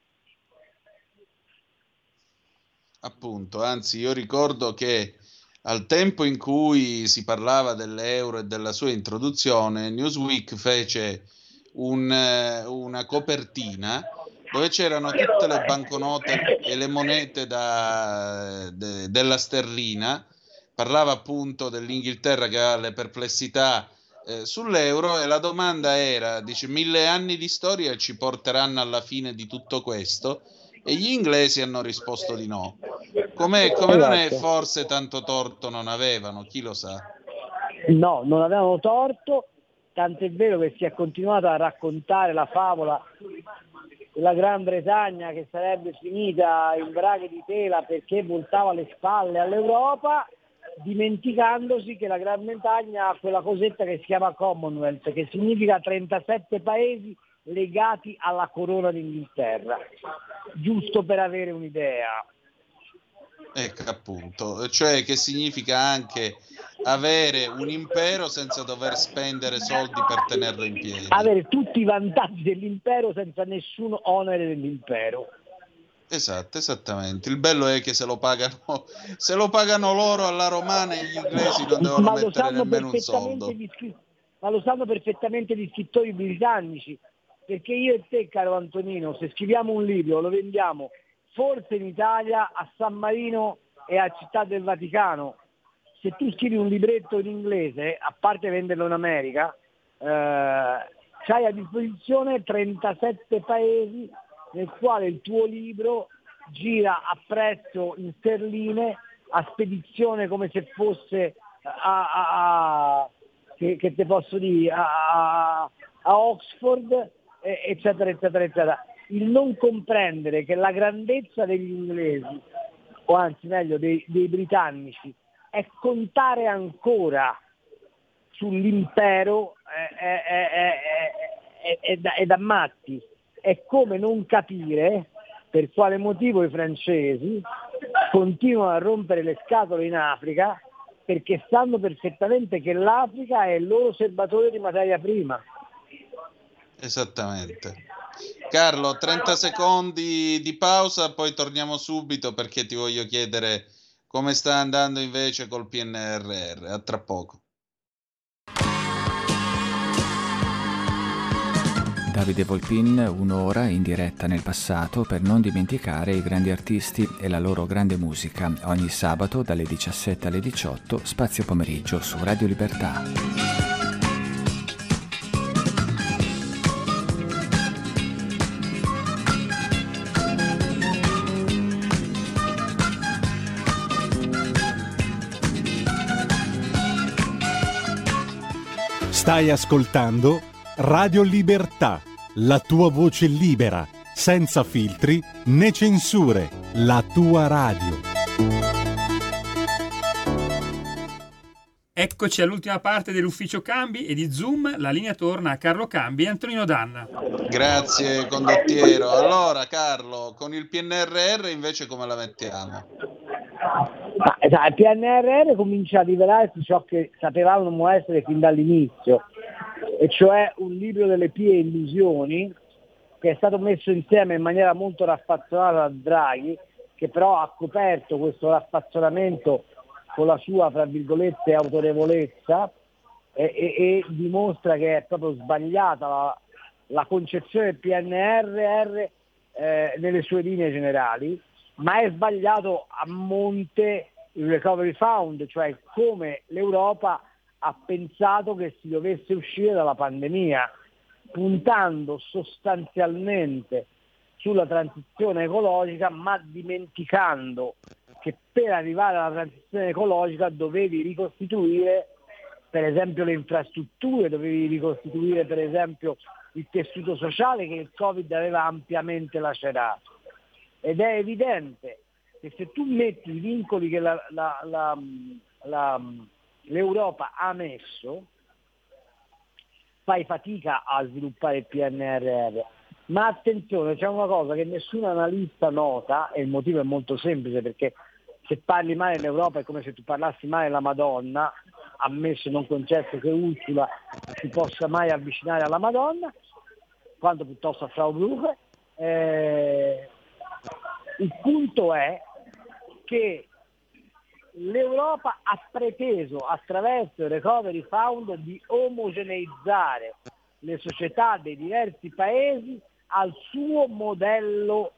Appunto, anzi io ricordo che al tempo in cui si parlava dell'euro e della sua introduzione, Newsweek fece un, una copertina dove c'erano tutte le banconote e le monete da, de, della sterlina, parlava appunto dell'Inghilterra che ha le perplessità eh, sull'euro, e la domanda era, dice, mille anni di storia ci porteranno alla fine di tutto questo? E gli inglesi hanno risposto di no. Com'è, come non è, forse tanto torto non avevano, chi lo sa? No, non avevano torto, tant'è vero che si è continuato a raccontare la favola della Gran Bretagna che sarebbe finita in braghe di tela perché voltava le spalle all'Europa, dimenticandosi che la Gran Bretagna ha quella cosetta che si chiama Commonwealth, che significa trentasette paesi legati alla corona d'Inghilterra, giusto per avere un'idea. Ecco appunto, cioè che significa anche avere un impero senza dover spendere soldi per tenerlo in piedi. Avere tutti i vantaggi dell'impero senza nessun onere dell'impero. Esatto, esattamente. Il bello è che se lo pagano, se lo pagano loro alla romana, gli inglesi non devono ma mettere nemmeno un soldo. Gli, ma lo sanno perfettamente gli scrittori britannici, perché io e te, caro Antonino, se scriviamo un libro lo vendiamo forse in Italia, a San Marino e a Città del Vaticano. Se tu scrivi un libretto in inglese, a parte venderlo in America, eh, c'hai a disposizione trentasette paesi nel quale il tuo libro gira a prezzo in sterline, a spedizione come se fosse a, a, a che, che te posso dire, a, a Oxford, eccetera, eccetera, eccetera. Il non comprendere che la grandezza degli inglesi, o anzi meglio dei, dei britannici, è contare ancora sull'impero è, è, è, è, è, da, è da matti. È come non capire per quale motivo i francesi continuano a rompere le scatole in Africa, perché sanno perfettamente che l'Africa è il loro serbatore di materia prima. Esattamente. Carlo, trenta secondi di pausa, poi torniamo subito perché ti voglio chiedere come sta andando invece col P N R R. A tra poco. Davide Volpin, un'ora in diretta nel passato per non dimenticare i grandi artisti e la loro grande musica. Ogni sabato dalle diciassette alle diciotto, Spazio Pomeriggio su Radio Libertà. Stai ascoltando Radio Libertà, la tua voce libera, senza filtri né censure, la tua radio. Eccoci all'ultima parte dell'ufficio cambi e di Zoom, la linea torna a Carlo Cambi e Antonino Danna. Grazie condottiero. Allora Carlo, con il P N R R invece come la mettiamo? Ma, sai, il P N R R comincia a rivelarsi ciò che sapevamo essere fin dall'inizio, e cioè un libro delle pie illusioni che è stato messo insieme in maniera molto raffazzonata da Draghi, che però ha coperto questo raffazzonamento con la sua, tra virgolette, autorevolezza e, e, e dimostra che è proprio sbagliata la, la concezione del P N R R eh, nelle sue linee generali, ma è sbagliato a monte il Recovery Fund, cioè come l'Europa ha pensato che si dovesse uscire dalla pandemia, puntando sostanzialmente sulla transizione ecologica, ma dimenticando che per arrivare alla transizione ecologica dovevi ricostituire per esempio le infrastrutture, dovevi ricostituire per esempio il tessuto sociale che il Covid aveva ampiamente lacerato. Ed è evidente che se tu metti i vincoli che la, la, la, la, l'Europa ha messo, fai fatica a sviluppare il P N R R. Ma attenzione, c'è una cosa che nessun analista nota, e il motivo è molto semplice, perché se parli male dell'Europa è come se tu parlassi male della Madonna, ammesso non concesso che Ursula si possa mai avvicinare alla Madonna, quanto piuttosto a Frau Blucher. Eh, il punto è che l'Europa ha preteso attraverso il Recovery Fund di omogeneizzare le società dei diversi paesi al suo modello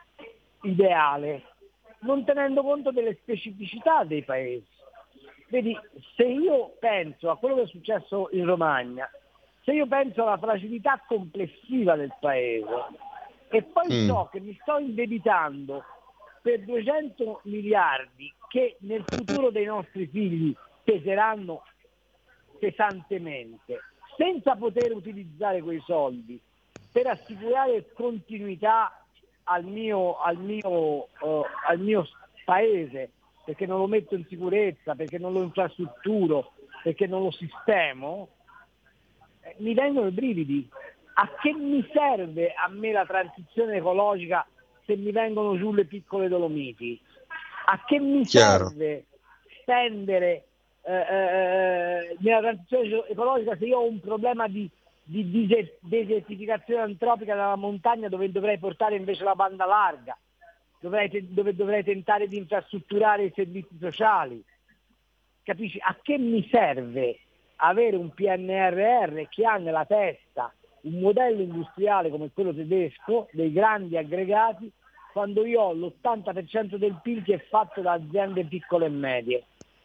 ideale, non tenendo conto delle specificità dei paesi. Vedi, se io penso a quello che è successo in Romagna, se io penso alla fragilità complessiva del paese e poi mm. so che mi sto indebitando per duecento miliardi che nel futuro dei nostri figli peseranno pesantemente, senza poter utilizzare quei soldi per assicurare continuità al mio, al mio, uh, al mio paese, perché non lo metto in sicurezza, perché non lo infrastrutturo, perché non lo sistemo, eh, mi vengono i brividi. A che mi serve a me la transizione ecologica se mi vengono giù le piccole Dolomiti? A che mi Chiaro. serve spendere eh, eh, nella transizione ecologica se io ho un problema di, di desertificazione antropica della montagna, dove dovrei portare invece la banda larga, dovrei, dove dovrei tentare di infrastrutturare i servizi sociali? Capisci? A che mi serve avere un P N R R che ha nella testa un modello industriale come quello tedesco, dei grandi aggregati, quando io ho l'ottanta per cento del P I L che è fatto da aziende piccole e medie?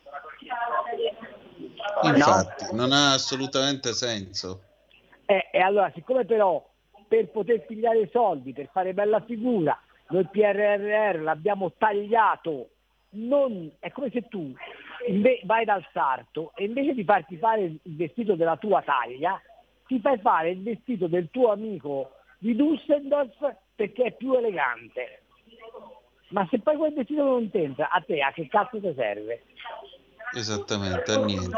Infatti, no? Non ha assolutamente senso. E, e allora, siccome però per poter pigliare i soldi, per fare bella figura, noi il P N R R l'abbiamo tagliato, non è come se tu inve- vai dal sarto e invece di farti fare il vestito della tua taglia, ti fai fare il vestito del tuo amico di Düsseldorf perché è più elegante. Ma se poi quel vestito non t'entra, a te a che cazzo ti serve? Esattamente, a niente.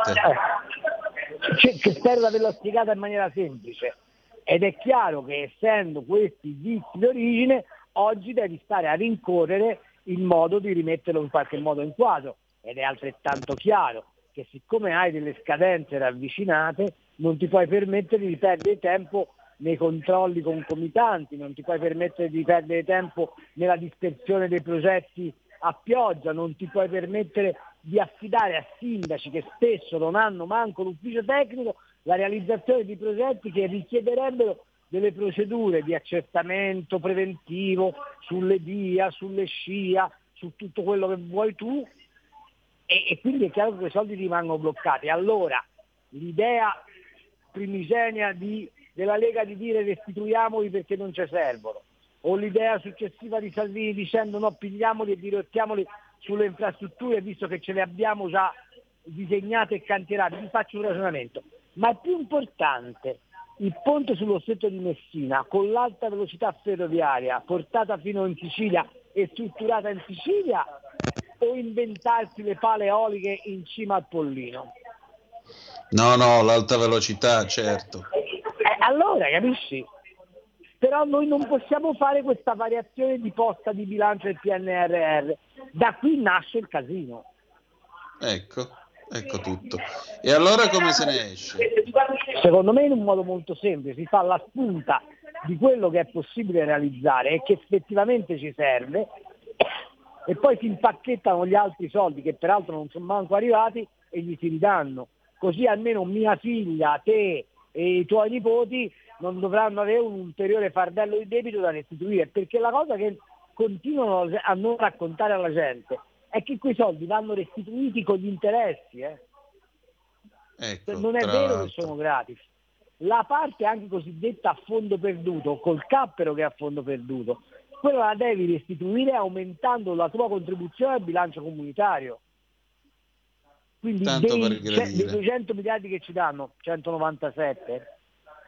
Eh, cioè, che serve averlo spiegato in maniera semplice. Ed è chiaro che essendo questi vizi d'origine, oggi devi stare a rincorrere il modo di rimetterlo in qualche modo in quadro. Ed è altrettanto chiaro che siccome hai delle scadenze ravvicinate, non ti puoi permettere di perdere tempo nei controlli concomitanti, non ti puoi permettere di perdere tempo nella dispersione dei progetti a pioggia, non ti puoi permettere di affidare a sindaci che spesso non hanno manco l'ufficio tecnico la realizzazione di progetti che richiederebbero delle procedure di accertamento preventivo sulle D I A, sulle SCIA, su tutto quello che vuoi tu, e, e quindi è chiaro che quei soldi rimangono bloccati. Allora l'idea primigenia di, della Lega di dire restituiamoli perché non ci servono, o l'idea successiva di Salvini dicendo no, pigliamoli e dirottiamoli sulle infrastrutture visto che ce le abbiamo già disegnate e cantierate. Vi faccio un ragionamento, ma è più importante il ponte sullo stretto di Messina con l'alta velocità ferroviaria portata fino in Sicilia e strutturata in Sicilia, o inventarsi le pale eoliche in cima al Pollino? No, no, l'alta velocità, certo. Eh, allora, capisci? Però noi non possiamo fare questa variazione di posta di bilancio del P N R R. Da qui nasce il casino. Ecco, ecco tutto. E allora come se ne esce? Secondo me in un modo molto semplice, si fa la spunta di quello che è possibile realizzare e che effettivamente ci serve, e poi si impacchettano gli altri soldi che peraltro non sono manco arrivati e gli si ridanno. Così almeno mia figlia, te e i tuoi nipoti non dovranno avere un ulteriore fardello di debito da restituire, perché la cosa che continuano a non raccontare alla gente è che quei soldi vanno restituiti con gli interessi. Eh? Ecco, non è vero l'altro. che sono gratis. La parte anche cosiddetta a fondo perduto, col cappero che è a fondo perduto, quella la devi restituire aumentando la tua contribuzione al bilancio comunitario. Quindi Tanto dei, per cioè, dei gradire. duecento miliardi che ci danno, centonovantasette,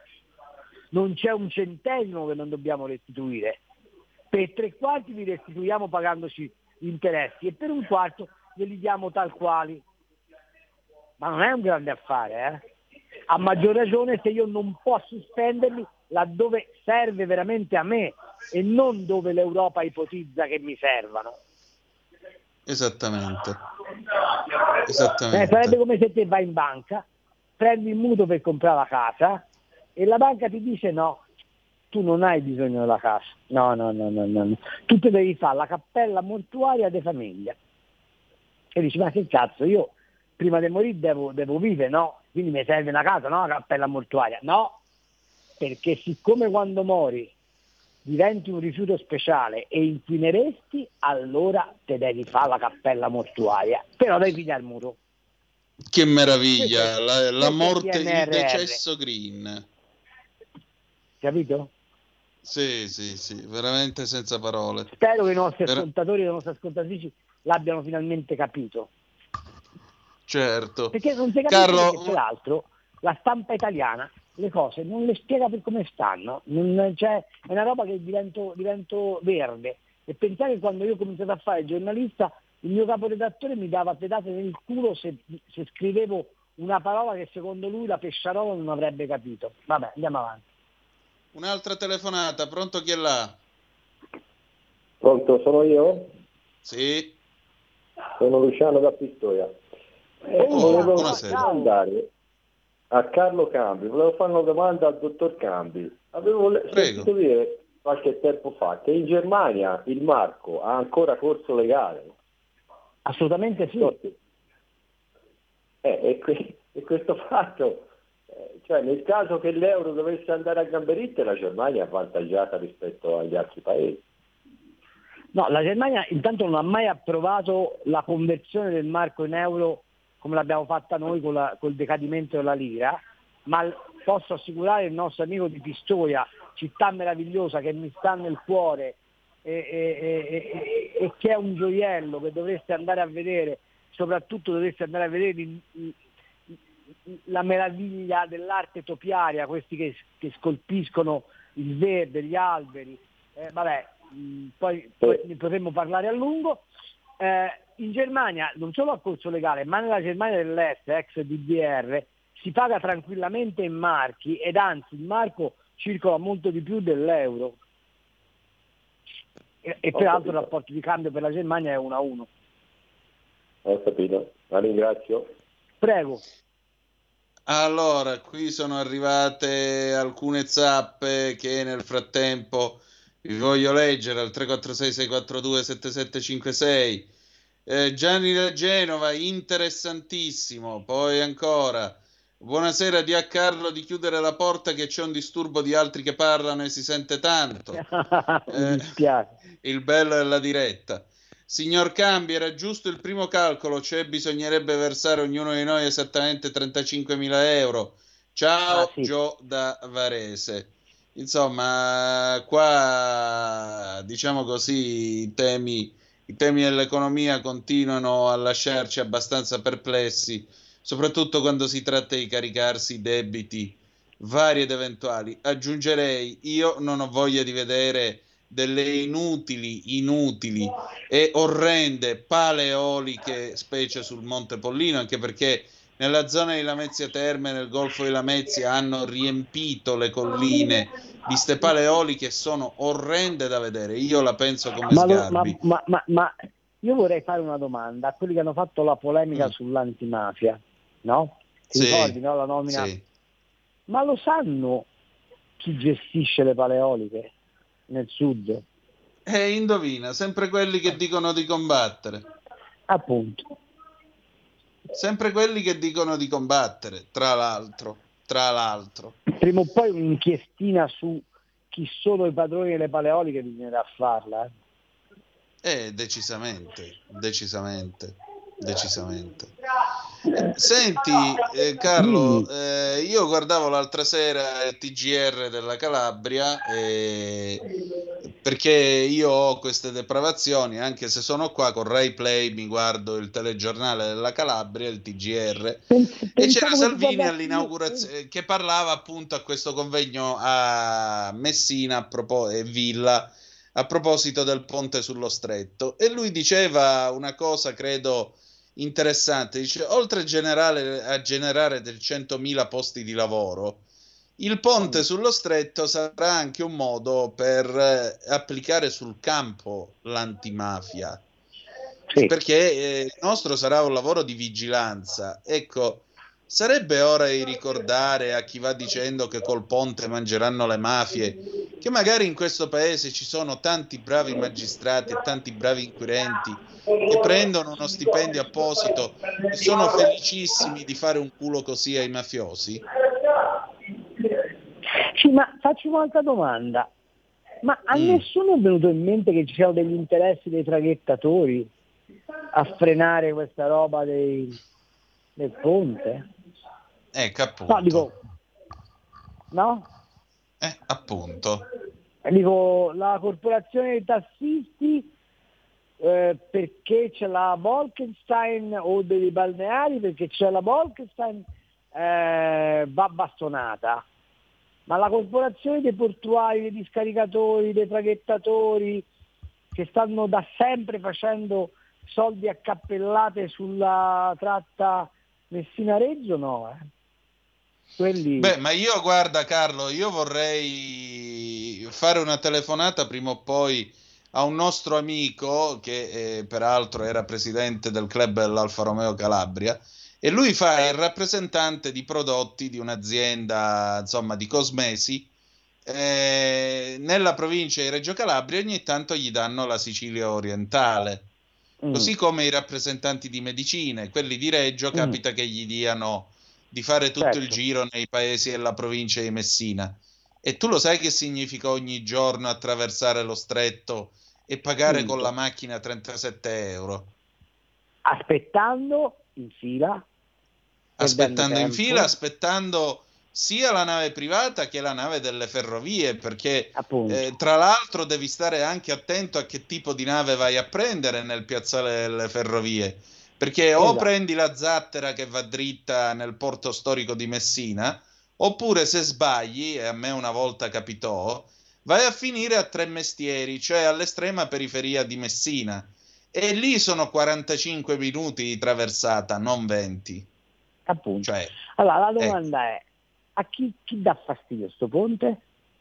non c'è un centesimo che non dobbiamo restituire. Per tre quarti li restituiamo pagandoci interessi e per un quarto glieli diamo tal quali. Ma non è un grande affare, eh? A maggior ragione se io non posso spenderli laddove serve veramente a me e non dove l'Europa ipotizza che mi servano. Esattamente. Eh, Esattamente. sarebbe come se te vai in banca, prendi il mutuo per comprare la casa e la banca ti dice no, tu non hai bisogno della casa, no, no, no, no, no. Tu te devi fare la cappella mortuaria di famiglia. E dici, ma che cazzo, io prima di morire devo, devo vivere, no? Quindi mi serve una casa, no? La cappella mortuaria. No, perché siccome quando mori diventi un rifiuto speciale e inquineresti, allora te devi fare la cappella mortuaria, però devi pigliare il mutuo. Che meraviglia, Questo- la, la questo è morte, P N il R R. decesso green. Capito? Sì, sì, sì, veramente senza parole. Spero che i nostri Ver- ascoltatori e le nostre ascoltatrici l'abbiano finalmente capito. Certo. Perché non si capisce Carlo, perché peraltro la stampa italiana le cose non le spiega per come stanno, non c'è, è una roba che divento, divento verde. E pensare che quando io ho cominciato a fare il giornalista il mio caporedattore mi dava pedate nel culo se, se scrivevo una parola che secondo lui la Pesciarola non avrebbe capito. Vabbè, andiamo avanti. un'altra telefonata, pronto, chi è là? Pronto, sono io? Sì. Sono Luciano da Pistoia. Eh, Oh, volevo buonasera. andare a Carlo Cambi, volevo fare una domanda al dottor Cambi. Avevo le- sentito dire qualche tempo fa che in Germania il marco ha ancora corso legale. Assolutamente sì. Eh, e, que- e questo fatto, eh, cioè nel caso che l'euro dovesse andare a gambe ritte, la Germania è avvantaggiata rispetto agli altri paesi. No, la Germania intanto non ha mai approvato la conversione del marco in euro come l'abbiamo fatta noi con la, col decadimento della lira, ma l- posso assicurare il nostro amico di Pistoia, città meravigliosa che mi sta nel cuore e, e- e- e- e che è un gioiello che dovreste andare a vedere, soprattutto dovreste andare a vedere il- il- la meraviglia dell'arte topiaria, questi che, che scolpiscono il verde, gli alberi, eh, vabbè, mh, poi, poi ne potremmo parlare a lungo. Eh, in Germania non solo a corso legale, ma nella Germania dell'Est, ex D D R, si paga tranquillamente in marchi ed anzi il marco circola molto di più dell'euro. E, e peraltro il rapporto di cambio per la Germania è uno a uno. Ho capito, la ringrazio. Prego. Allora, qui sono arrivate alcune zappe che nel frattempo vi voglio leggere al tre quattro sei sei quattro due sette sette cinque sei. Eh, Gianni da Genova, interessantissimo. Poi ancora, buonasera, di a Carlo di chiudere la porta che c'è un disturbo di altri che parlano e si sente tanto. Mi dispiace. Il bello è la diretta. Signor Cambi, era giusto il primo calcolo, cioè bisognerebbe versare ognuno di noi esattamente trentacinquemila euro. Ciao, Ah, sì. Gio da Varese. Insomma, qua diciamo così i temi, i temi dell'economia continuano a lasciarci abbastanza perplessi, soprattutto quando si tratta di caricarsi i debiti vari ed eventuali. Aggiungerei, io non ho voglia di vedere delle inutili, inutili e orrende pale eoliche, specie sul Monte Pollino, anche perché nella zona di Lamezia Terme, nel Golfo di Lamezia, hanno riempito le colline di ste pale eoliche, sono orrende da vedere. Io la penso come Ma, lo- Sgarbi. ma, ma, ma, ma io vorrei fare una domanda a quelli che hanno fatto la polemica Mm. sull'antimafia, no? Ti Sì, ricordi, no? La nomina. sì. Ma lo sanno chi gestisce le paleoliche nel sud? E indovina, sempre quelli che dicono di combattere. Appunto. Sempre quelli che dicono di combattere, tra l'altro, tra l'altro. Prima o poi un'inchiestina su chi sono i padroni delle paleoliche bisognerà farla. Eh? Eh, decisamente, decisamente, decisamente. Eh, Senti, eh, Carlo, eh, io guardavo l'altra sera il T G R della Calabria e perché io ho queste depravazioni, anche se sono qua con Rai Play mi guardo il telegiornale della Calabria, il T G R, e c'era Salvini all'inaugurazione che parlava appunto a questo convegno a Messina a propos- e Villa a proposito del ponte sullo Stretto, e lui diceva una cosa credo interessante, dice: oltre a generare, a generare del centomila posti di lavoro, il ponte sullo Stretto sarà anche un modo per eh, applicare sul campo l'antimafia, sì. Perché eh, il nostro sarà un lavoro di vigilanza. Ecco, sarebbe ora di ricordare a chi va dicendo che col ponte mangeranno le mafie che magari in questo paese ci sono tanti bravi magistrati e tanti bravi inquirenti che prendono uno stipendio apposito e sono felicissimi di fare un culo così ai mafiosi. Sì, ma faccio un'altra domanda. Ma a mm. nessuno è venuto in mente che ci siano degli interessi dei traghettatori a frenare questa roba dei, del ponte? Ecco, appunto. No, dico, no? Eh, appunto. Dico, la corporazione dei tassisti eh, perché c'è la Bolkestein, o dei balneari perché c'è la Bolkestein, eh, va bastonata. Ma la corporazione dei portuali, dei discaricatori, dei traghettatori, che stanno da sempre facendo soldi a cappellate sulla tratta Messina-Reggio, no? Eh? Quelli... Beh, ma io, guarda Carlo, io vorrei fare una telefonata prima o poi a un nostro amico, che eh, peraltro era presidente del club dell'Alfa Romeo Calabria, e lui fa il rappresentante di prodotti di un'azienda, insomma, di cosmesi eh, nella provincia di Reggio Calabria. Ogni tanto gli danno la Sicilia orientale, mm. così come i rappresentanti di medicine, quelli di Reggio, mm. capita che gli diano di fare tutto certo. il giro nei paesi della provincia di Messina. E tu lo sai che significa ogni giorno attraversare lo stretto e pagare Punto. con la macchina trentasette euro? Aspettando in fila. Aspettando in fila, aspettando sia la nave privata che la nave delle ferrovie, perché eh, tra l'altro devi stare anche attento a che tipo di nave vai a prendere nel piazzale delle ferrovie, perché esatto. o prendi la zattera che va dritta nel porto storico di Messina, oppure se sbagli, e a me una volta capitò, vai a finire a Tremestieri, cioè all'estrema periferia di Messina, e lì sono quarantacinque minuti di traversata, non venti. Appunto. Cioè, allora la domanda ecco. è: a chi, chi dà fastidio sto ponte?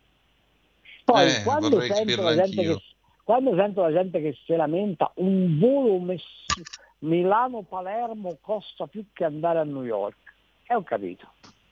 Poi eh, quando, sento la gente che, quando sento la gente che si lamenta, un volo Mess- Milano-Palermo costa più che andare a New York, e ho capito.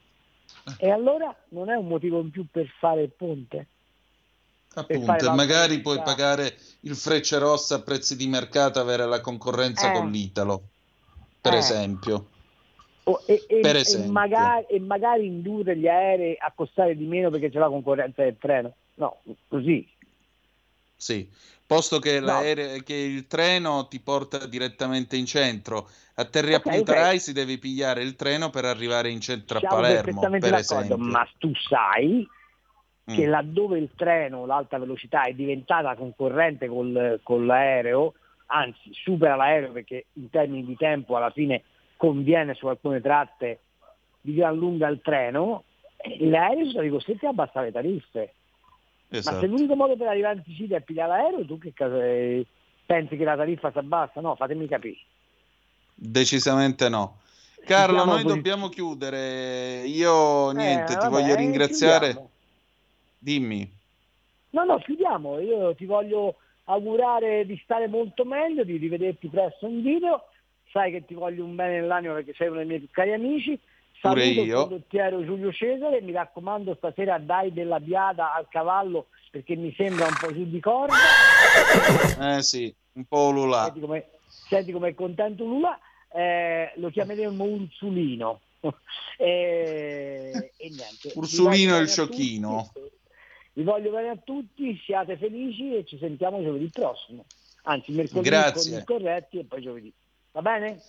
E allora non è un motivo in più per fare il ponte? Appunto, magari puoi pagare il Frecciarossa a prezzi di mercato, avere la concorrenza eh. con l'Italo, per eh. esempio. Oh, e, e, per esempio. E, magari, e magari indurre gli aerei a costare di meno perché c'è la concorrenza del treno. No, così. Sì, posto che, no. che il treno ti porta direttamente in centro. Atterri okay, a Punta okay. Rai, si deve pigliare il treno per arrivare in centro Siamo a Palermo, per esempio. Ma tu sai che mm. laddove il treno, l'alta velocità, è diventata concorrente col, con l'aereo, anzi supera l'aereo perché in termini di tempo alla fine conviene su alcune tratte di gran lunga il treno, l'aereo sono stati costretti a abbassare le tariffe. Esatto. Ma se l'unico modo per arrivare in Sicilia è pigliare l'aereo, tu che caso è? Pensi che la tariffa si abbassa? No, fatemi capire. Decisamente no. Carlo, noi posiz- dobbiamo chiudere. Io niente, eh, ti vabbè, voglio ringraziare. Chiudiamo. Dimmi. No, no, chiudiamo. Io ti voglio augurare di stare molto meglio, di rivederti presto in video. Sai che ti voglio un bene nell'anima perché sei uno dei miei più cari amici. Saluto Pure io. Il condottiero Giulio Cesare, mi raccomando stasera dai della biada al cavallo perché mi sembra un po' giù di corda. Eh sì, un po' Lula. Senti come, senti come è contento Lula, eh, lo chiameremo Ursulino. e, e niente. Ursulino il sciocchino. Vi voglio bene a tutti, siate felici e ci sentiamo giovedì prossimo. Anzi, mercoledì Grazie. con i corretti e poi giovedì. Va bene?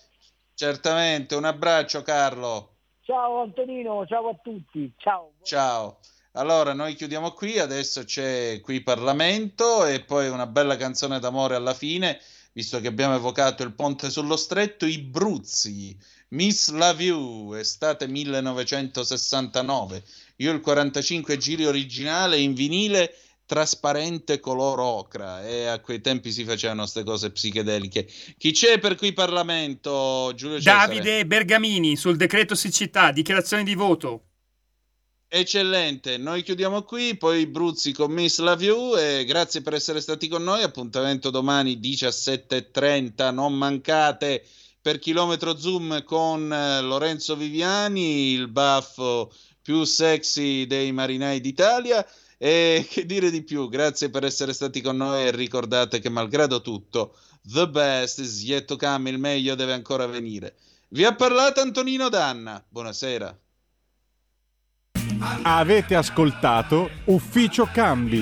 Certamente, un abbraccio Carlo. Ciao Antonino, ciao a tutti. Ciao. Ciao. Allora, noi chiudiamo qui, adesso c'è qui Parlamento e poi una bella canzone d'amore alla fine, visto che abbiamo evocato il ponte sullo stretto, i Bruzzi, Miss Love You, estate millenovecentosessantanove. Io il quarantacinque giri originale in vinile trasparente color ocra, e a quei tempi si facevano queste cose psichedeliche. Chi c'è per qui Parlamento, Giulio Cesare? Davide Bergamini sul decreto siccità, dichiarazione di voto. Eccellente, noi chiudiamo qui, poi Bruzzi con Miss Love You, e grazie per essere stati con noi. Appuntamento domani diciassette e trenta, non mancate, per Chilometro Zoom con eh, Lorenzo Viviani, il baffo più sexy dei marinai d'Italia. E che dire di più, grazie per essere stati con noi e ricordate che malgrado tutto, the best is yet to come, il meglio deve ancora venire. Vi ha parlato Antonino Danna, buonasera. Avete ascoltato Ufficio Cambi.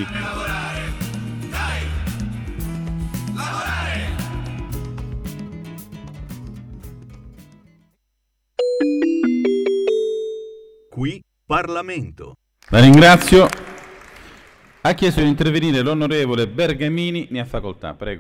Qui Parlamento. La ringrazio. Ha chiesto di intervenire l'onorevole Bergamini, ne ha facoltà, prego.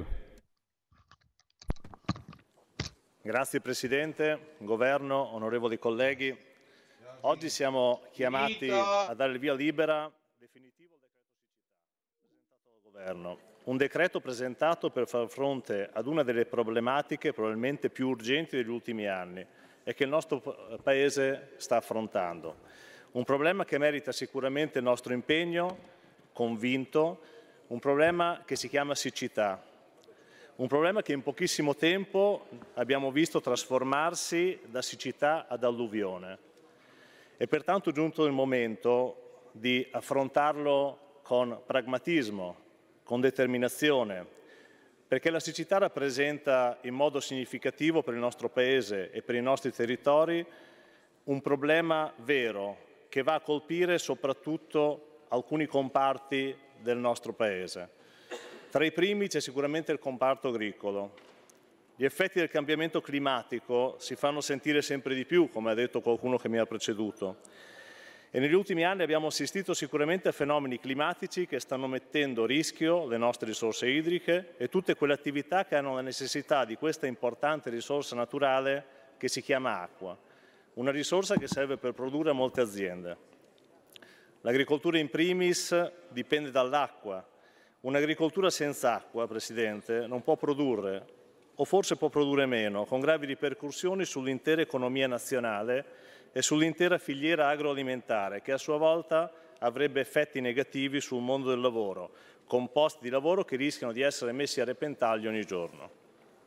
Grazie Presidente, Governo, onorevoli colleghi. Oggi siamo chiamati a dare il via libera definitivo al decreto siccità presentato dal Governo. Un decreto presentato per far fronte ad una delle problematiche probabilmente più urgenti degli ultimi anni e che il nostro Paese sta affrontando. Un problema che merita sicuramente il nostro impegno convinto, un problema che si chiama siccità, un problema che in pochissimo tempo abbiamo visto trasformarsi da siccità ad alluvione. È pertanto giunto il momento di affrontarlo con pragmatismo, con determinazione, perché la siccità rappresenta in modo significativo per il nostro Paese e per i nostri territori un problema vero che va a colpire soprattutto alcuni comparti del nostro Paese. Tra i primi c'è sicuramente il comparto agricolo. Gli effetti del cambiamento climatico si fanno sentire sempre di più, come ha detto qualcuno che mi ha preceduto. E negli ultimi anni abbiamo assistito sicuramente a fenomeni climatici che stanno mettendo a rischio le nostre risorse idriche e tutte quelle attività che hanno la necessità di questa importante risorsa naturale che si chiama acqua. Una risorsa che serve per produrre a molte aziende. L'agricoltura in primis dipende dall'acqua. Un'agricoltura senza acqua, Presidente, non può produrre, o forse può produrre meno, con gravi ripercussioni sull'intera economia nazionale e sull'intera filiera agroalimentare, che a sua volta avrebbe effetti negativi sul mondo del lavoro, con posti di lavoro che rischiano di essere messi a repentaglio ogni giorno.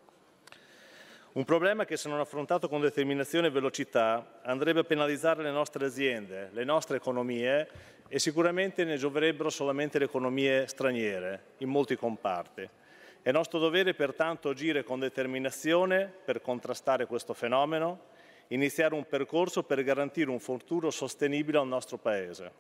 Un problema che, se non affrontato con determinazione e velocità, andrebbe a penalizzare le nostre aziende, le nostre economie, e sicuramente ne gioverebbero solamente le economie straniere in molti comparti. È nostro dovere pertanto agire con determinazione per contrastare questo fenomeno, iniziare un percorso per garantire un futuro sostenibile al nostro Paese.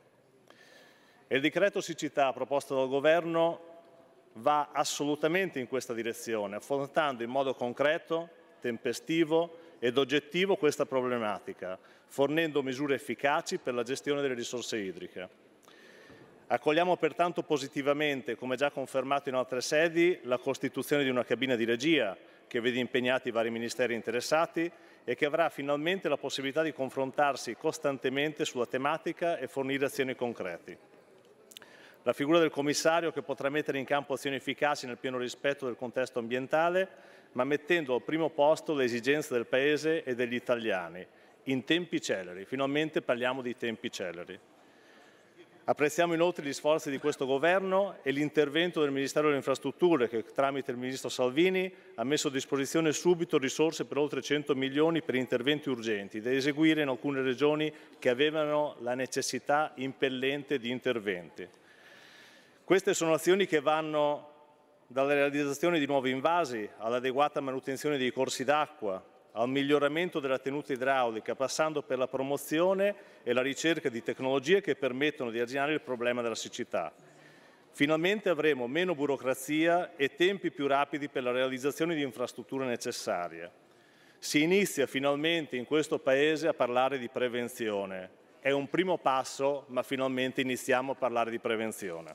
E il decreto siccità proposto dal Governo va assolutamente in questa direzione, affrontando in modo concreto, tempestivo ed oggettivo questa problematica, fornendo misure efficaci per la gestione delle risorse idriche. Accogliamo pertanto positivamente, come già confermato in altre sedi, la costituzione di una cabina di regia che vede impegnati i vari ministeri interessati e che avrà finalmente la possibilità di confrontarsi costantemente sulla tematica e fornire azioni concrete. La figura del commissario che potrà mettere in campo azioni efficaci nel pieno rispetto del contesto ambientale, ma mettendo al primo posto le esigenze del Paese e degli italiani, in tempi celeri. Finalmente parliamo di tempi celeri. Apprezziamo inoltre gli sforzi di questo Governo e l'intervento del Ministero delle Infrastrutture che, tramite il Ministro Salvini, ha messo a disposizione subito risorse per oltre cento milioni per interventi urgenti da eseguire in alcune regioni che avevano la necessità impellente di interventi. Queste sono azioni che vanno dalla realizzazione di nuovi invasi all'adeguata manutenzione dei corsi d'acqua, al miglioramento della tenuta idraulica, passando per la promozione e la ricerca di tecnologie che permettono di arginare il problema della siccità. Finalmente avremo meno burocrazia e tempi più rapidi per la realizzazione di infrastrutture necessarie. Si inizia finalmente in questo Paese a parlare di prevenzione È un primo passo, ma finalmente iniziamo a parlare di prevenzione.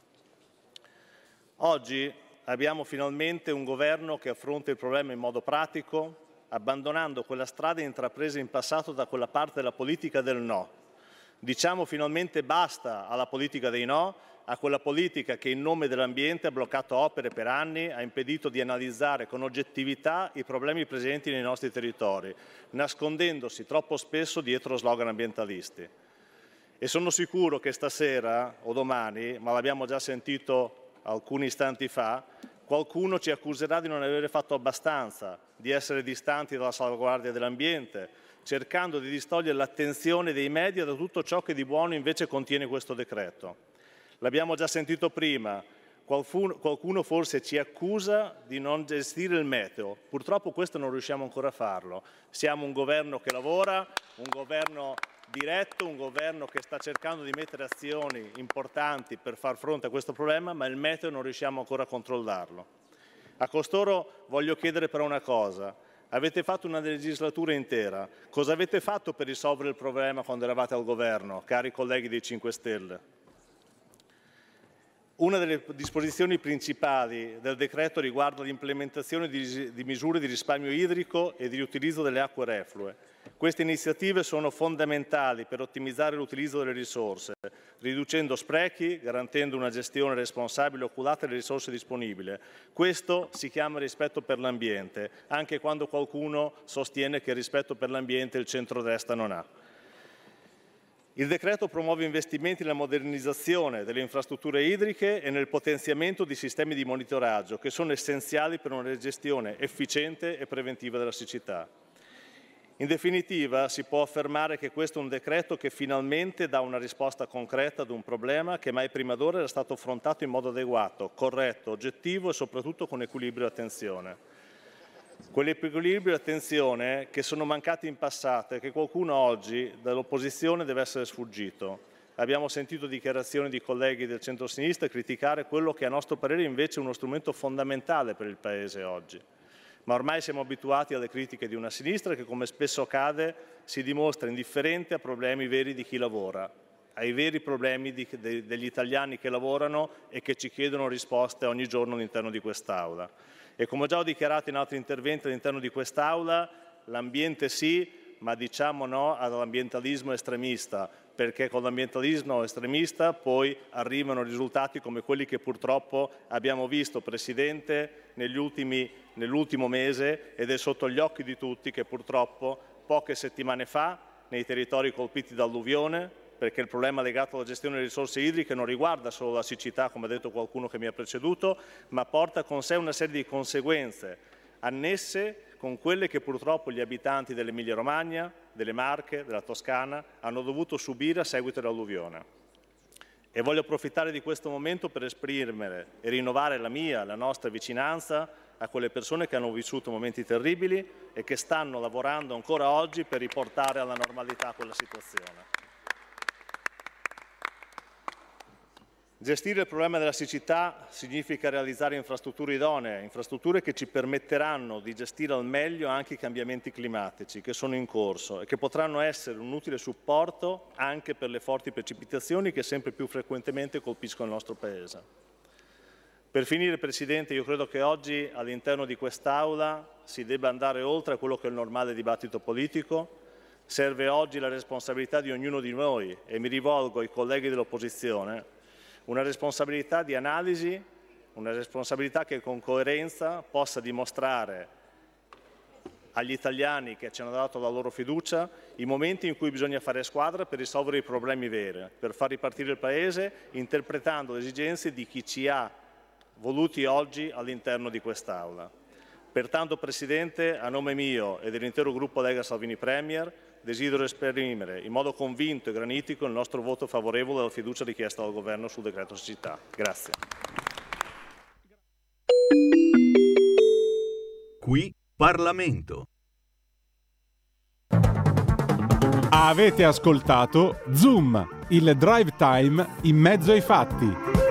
Oggi abbiamo finalmente un governo che affronta il problema in modo pratico, abbandonando quella strada intrapresa in passato da quella parte della politica del no. Diciamo finalmente basta alla politica dei no, a quella politica che in nome dell'ambiente ha bloccato opere per anni, ha impedito di analizzare con oggettività i problemi presenti nei nostri territori, nascondendosi troppo spesso dietro slogan ambientalisti. E sono sicuro che stasera o domani, ma l'abbiamo già sentito alcuni istanti fa, qualcuno ci accuserà di non avere fatto abbastanza, di essere distanti dalla salvaguardia dell'ambiente, cercando di distogliere l'attenzione dei media da tutto ciò che di buono invece contiene questo decreto. L'abbiamo già sentito prima, qualcuno, qualcuno forse ci accusa di non gestire il meteo, purtroppo questo non riusciamo ancora a farlo. Siamo un governo che lavora, un governo diretto, un governo che sta cercando di mettere azioni importanti per far fronte a questo problema, ma il meteo non riusciamo ancora a controllarlo. A costoro voglio chiedere però una cosa: avete fatto una legislatura intera, cosa avete fatto per risolvere il problema quando eravate al governo, cari colleghi dei cinque Stelle? Una delle disposizioni principali del decreto riguarda l'implementazione di, di misure di risparmio idrico e di riutilizzo delle acque reflue. Queste iniziative sono fondamentali per ottimizzare l'utilizzo delle risorse, riducendo sprechi, garantendo una gestione responsabile e oculata delle risorse disponibili. Questo si chiama rispetto per l'ambiente, anche quando qualcuno sostiene che il rispetto per l'ambiente il centrodestra non ha. Il decreto promuove investimenti nella modernizzazione delle infrastrutture idriche e nel potenziamento di sistemi di monitoraggio che sono essenziali per una gestione efficiente e preventiva della siccità. In definitiva, si può affermare che questo è un decreto che finalmente dà una risposta concreta ad un problema che mai prima d'ora era stato affrontato in modo adeguato, corretto, oggettivo e soprattutto con equilibrio e attenzione. Quell'equilibrio e attenzione che sono mancati in passato e che qualcuno oggi dall'opposizione deve essere sfuggito. Abbiamo sentito dichiarazioni di colleghi del centro-sinistra criticare quello che a nostro parere invece è uno strumento fondamentale per il Paese oggi. Ma ormai siamo abituati alle critiche di una sinistra che, come spesso accade, si dimostra indifferente a problemi veri di chi lavora, ai veri problemi di, de, degli italiani che lavorano e che ci chiedono risposte ogni giorno all'interno di quest'Aula. E come già ho dichiarato in altri interventi all'interno di quest'Aula, l'ambiente sì, ma diciamo no all'ambientalismo estremista, perché con l'ambientalismo estremista poi arrivano risultati come quelli che purtroppo abbiamo visto, Presidente, negli ultimi, nell'ultimo mese, ed è sotto gli occhi di tutti che purtroppo poche settimane fa, nei territori colpiti da alluvione, perché il problema legato alla gestione delle risorse idriche non riguarda solo la siccità, come ha detto qualcuno che mi ha preceduto, ma porta con sé una serie di conseguenze annesse con quelle che purtroppo gli abitanti dell'Emilia-Romagna, delle Marche, della Toscana hanno dovuto subire a seguito dell'alluvione. E voglio approfittare di questo momento per esprimere e rinnovare la mia, la nostra vicinanza a quelle persone che hanno vissuto momenti terribili e che stanno lavorando ancora oggi per riportare alla normalità quella situazione. Gestire il problema della siccità significa realizzare infrastrutture idonee, infrastrutture che ci permetteranno di gestire al meglio anche i cambiamenti climatici che sono in corso e che potranno essere un utile supporto anche per le forti precipitazioni che sempre più frequentemente colpiscono il nostro Paese. Per finire, Presidente, io credo che oggi all'interno di quest'Aula si debba andare oltre a quello che è il normale dibattito politico. Serve oggi la responsabilità di ognuno di noi, e mi rivolgo ai colleghi dell'opposizione, una responsabilità di analisi, una responsabilità che con coerenza possa dimostrare agli italiani che ci hanno dato la loro fiducia i momenti in cui bisogna fare squadra per risolvere i problemi veri, per far ripartire il Paese interpretando le esigenze di chi ci ha voluti oggi all'interno di quest'Aula. Pertanto, Presidente, a nome mio e dell'intero gruppo Lega Salvini Premier, desidero esprimere in modo convinto e granitico il nostro voto favorevole alla fiducia richiesta dal Governo sul decreto siccità. Grazie. Qui Parlamento. Avete ascoltato Zoom, il drive time in mezzo ai fatti.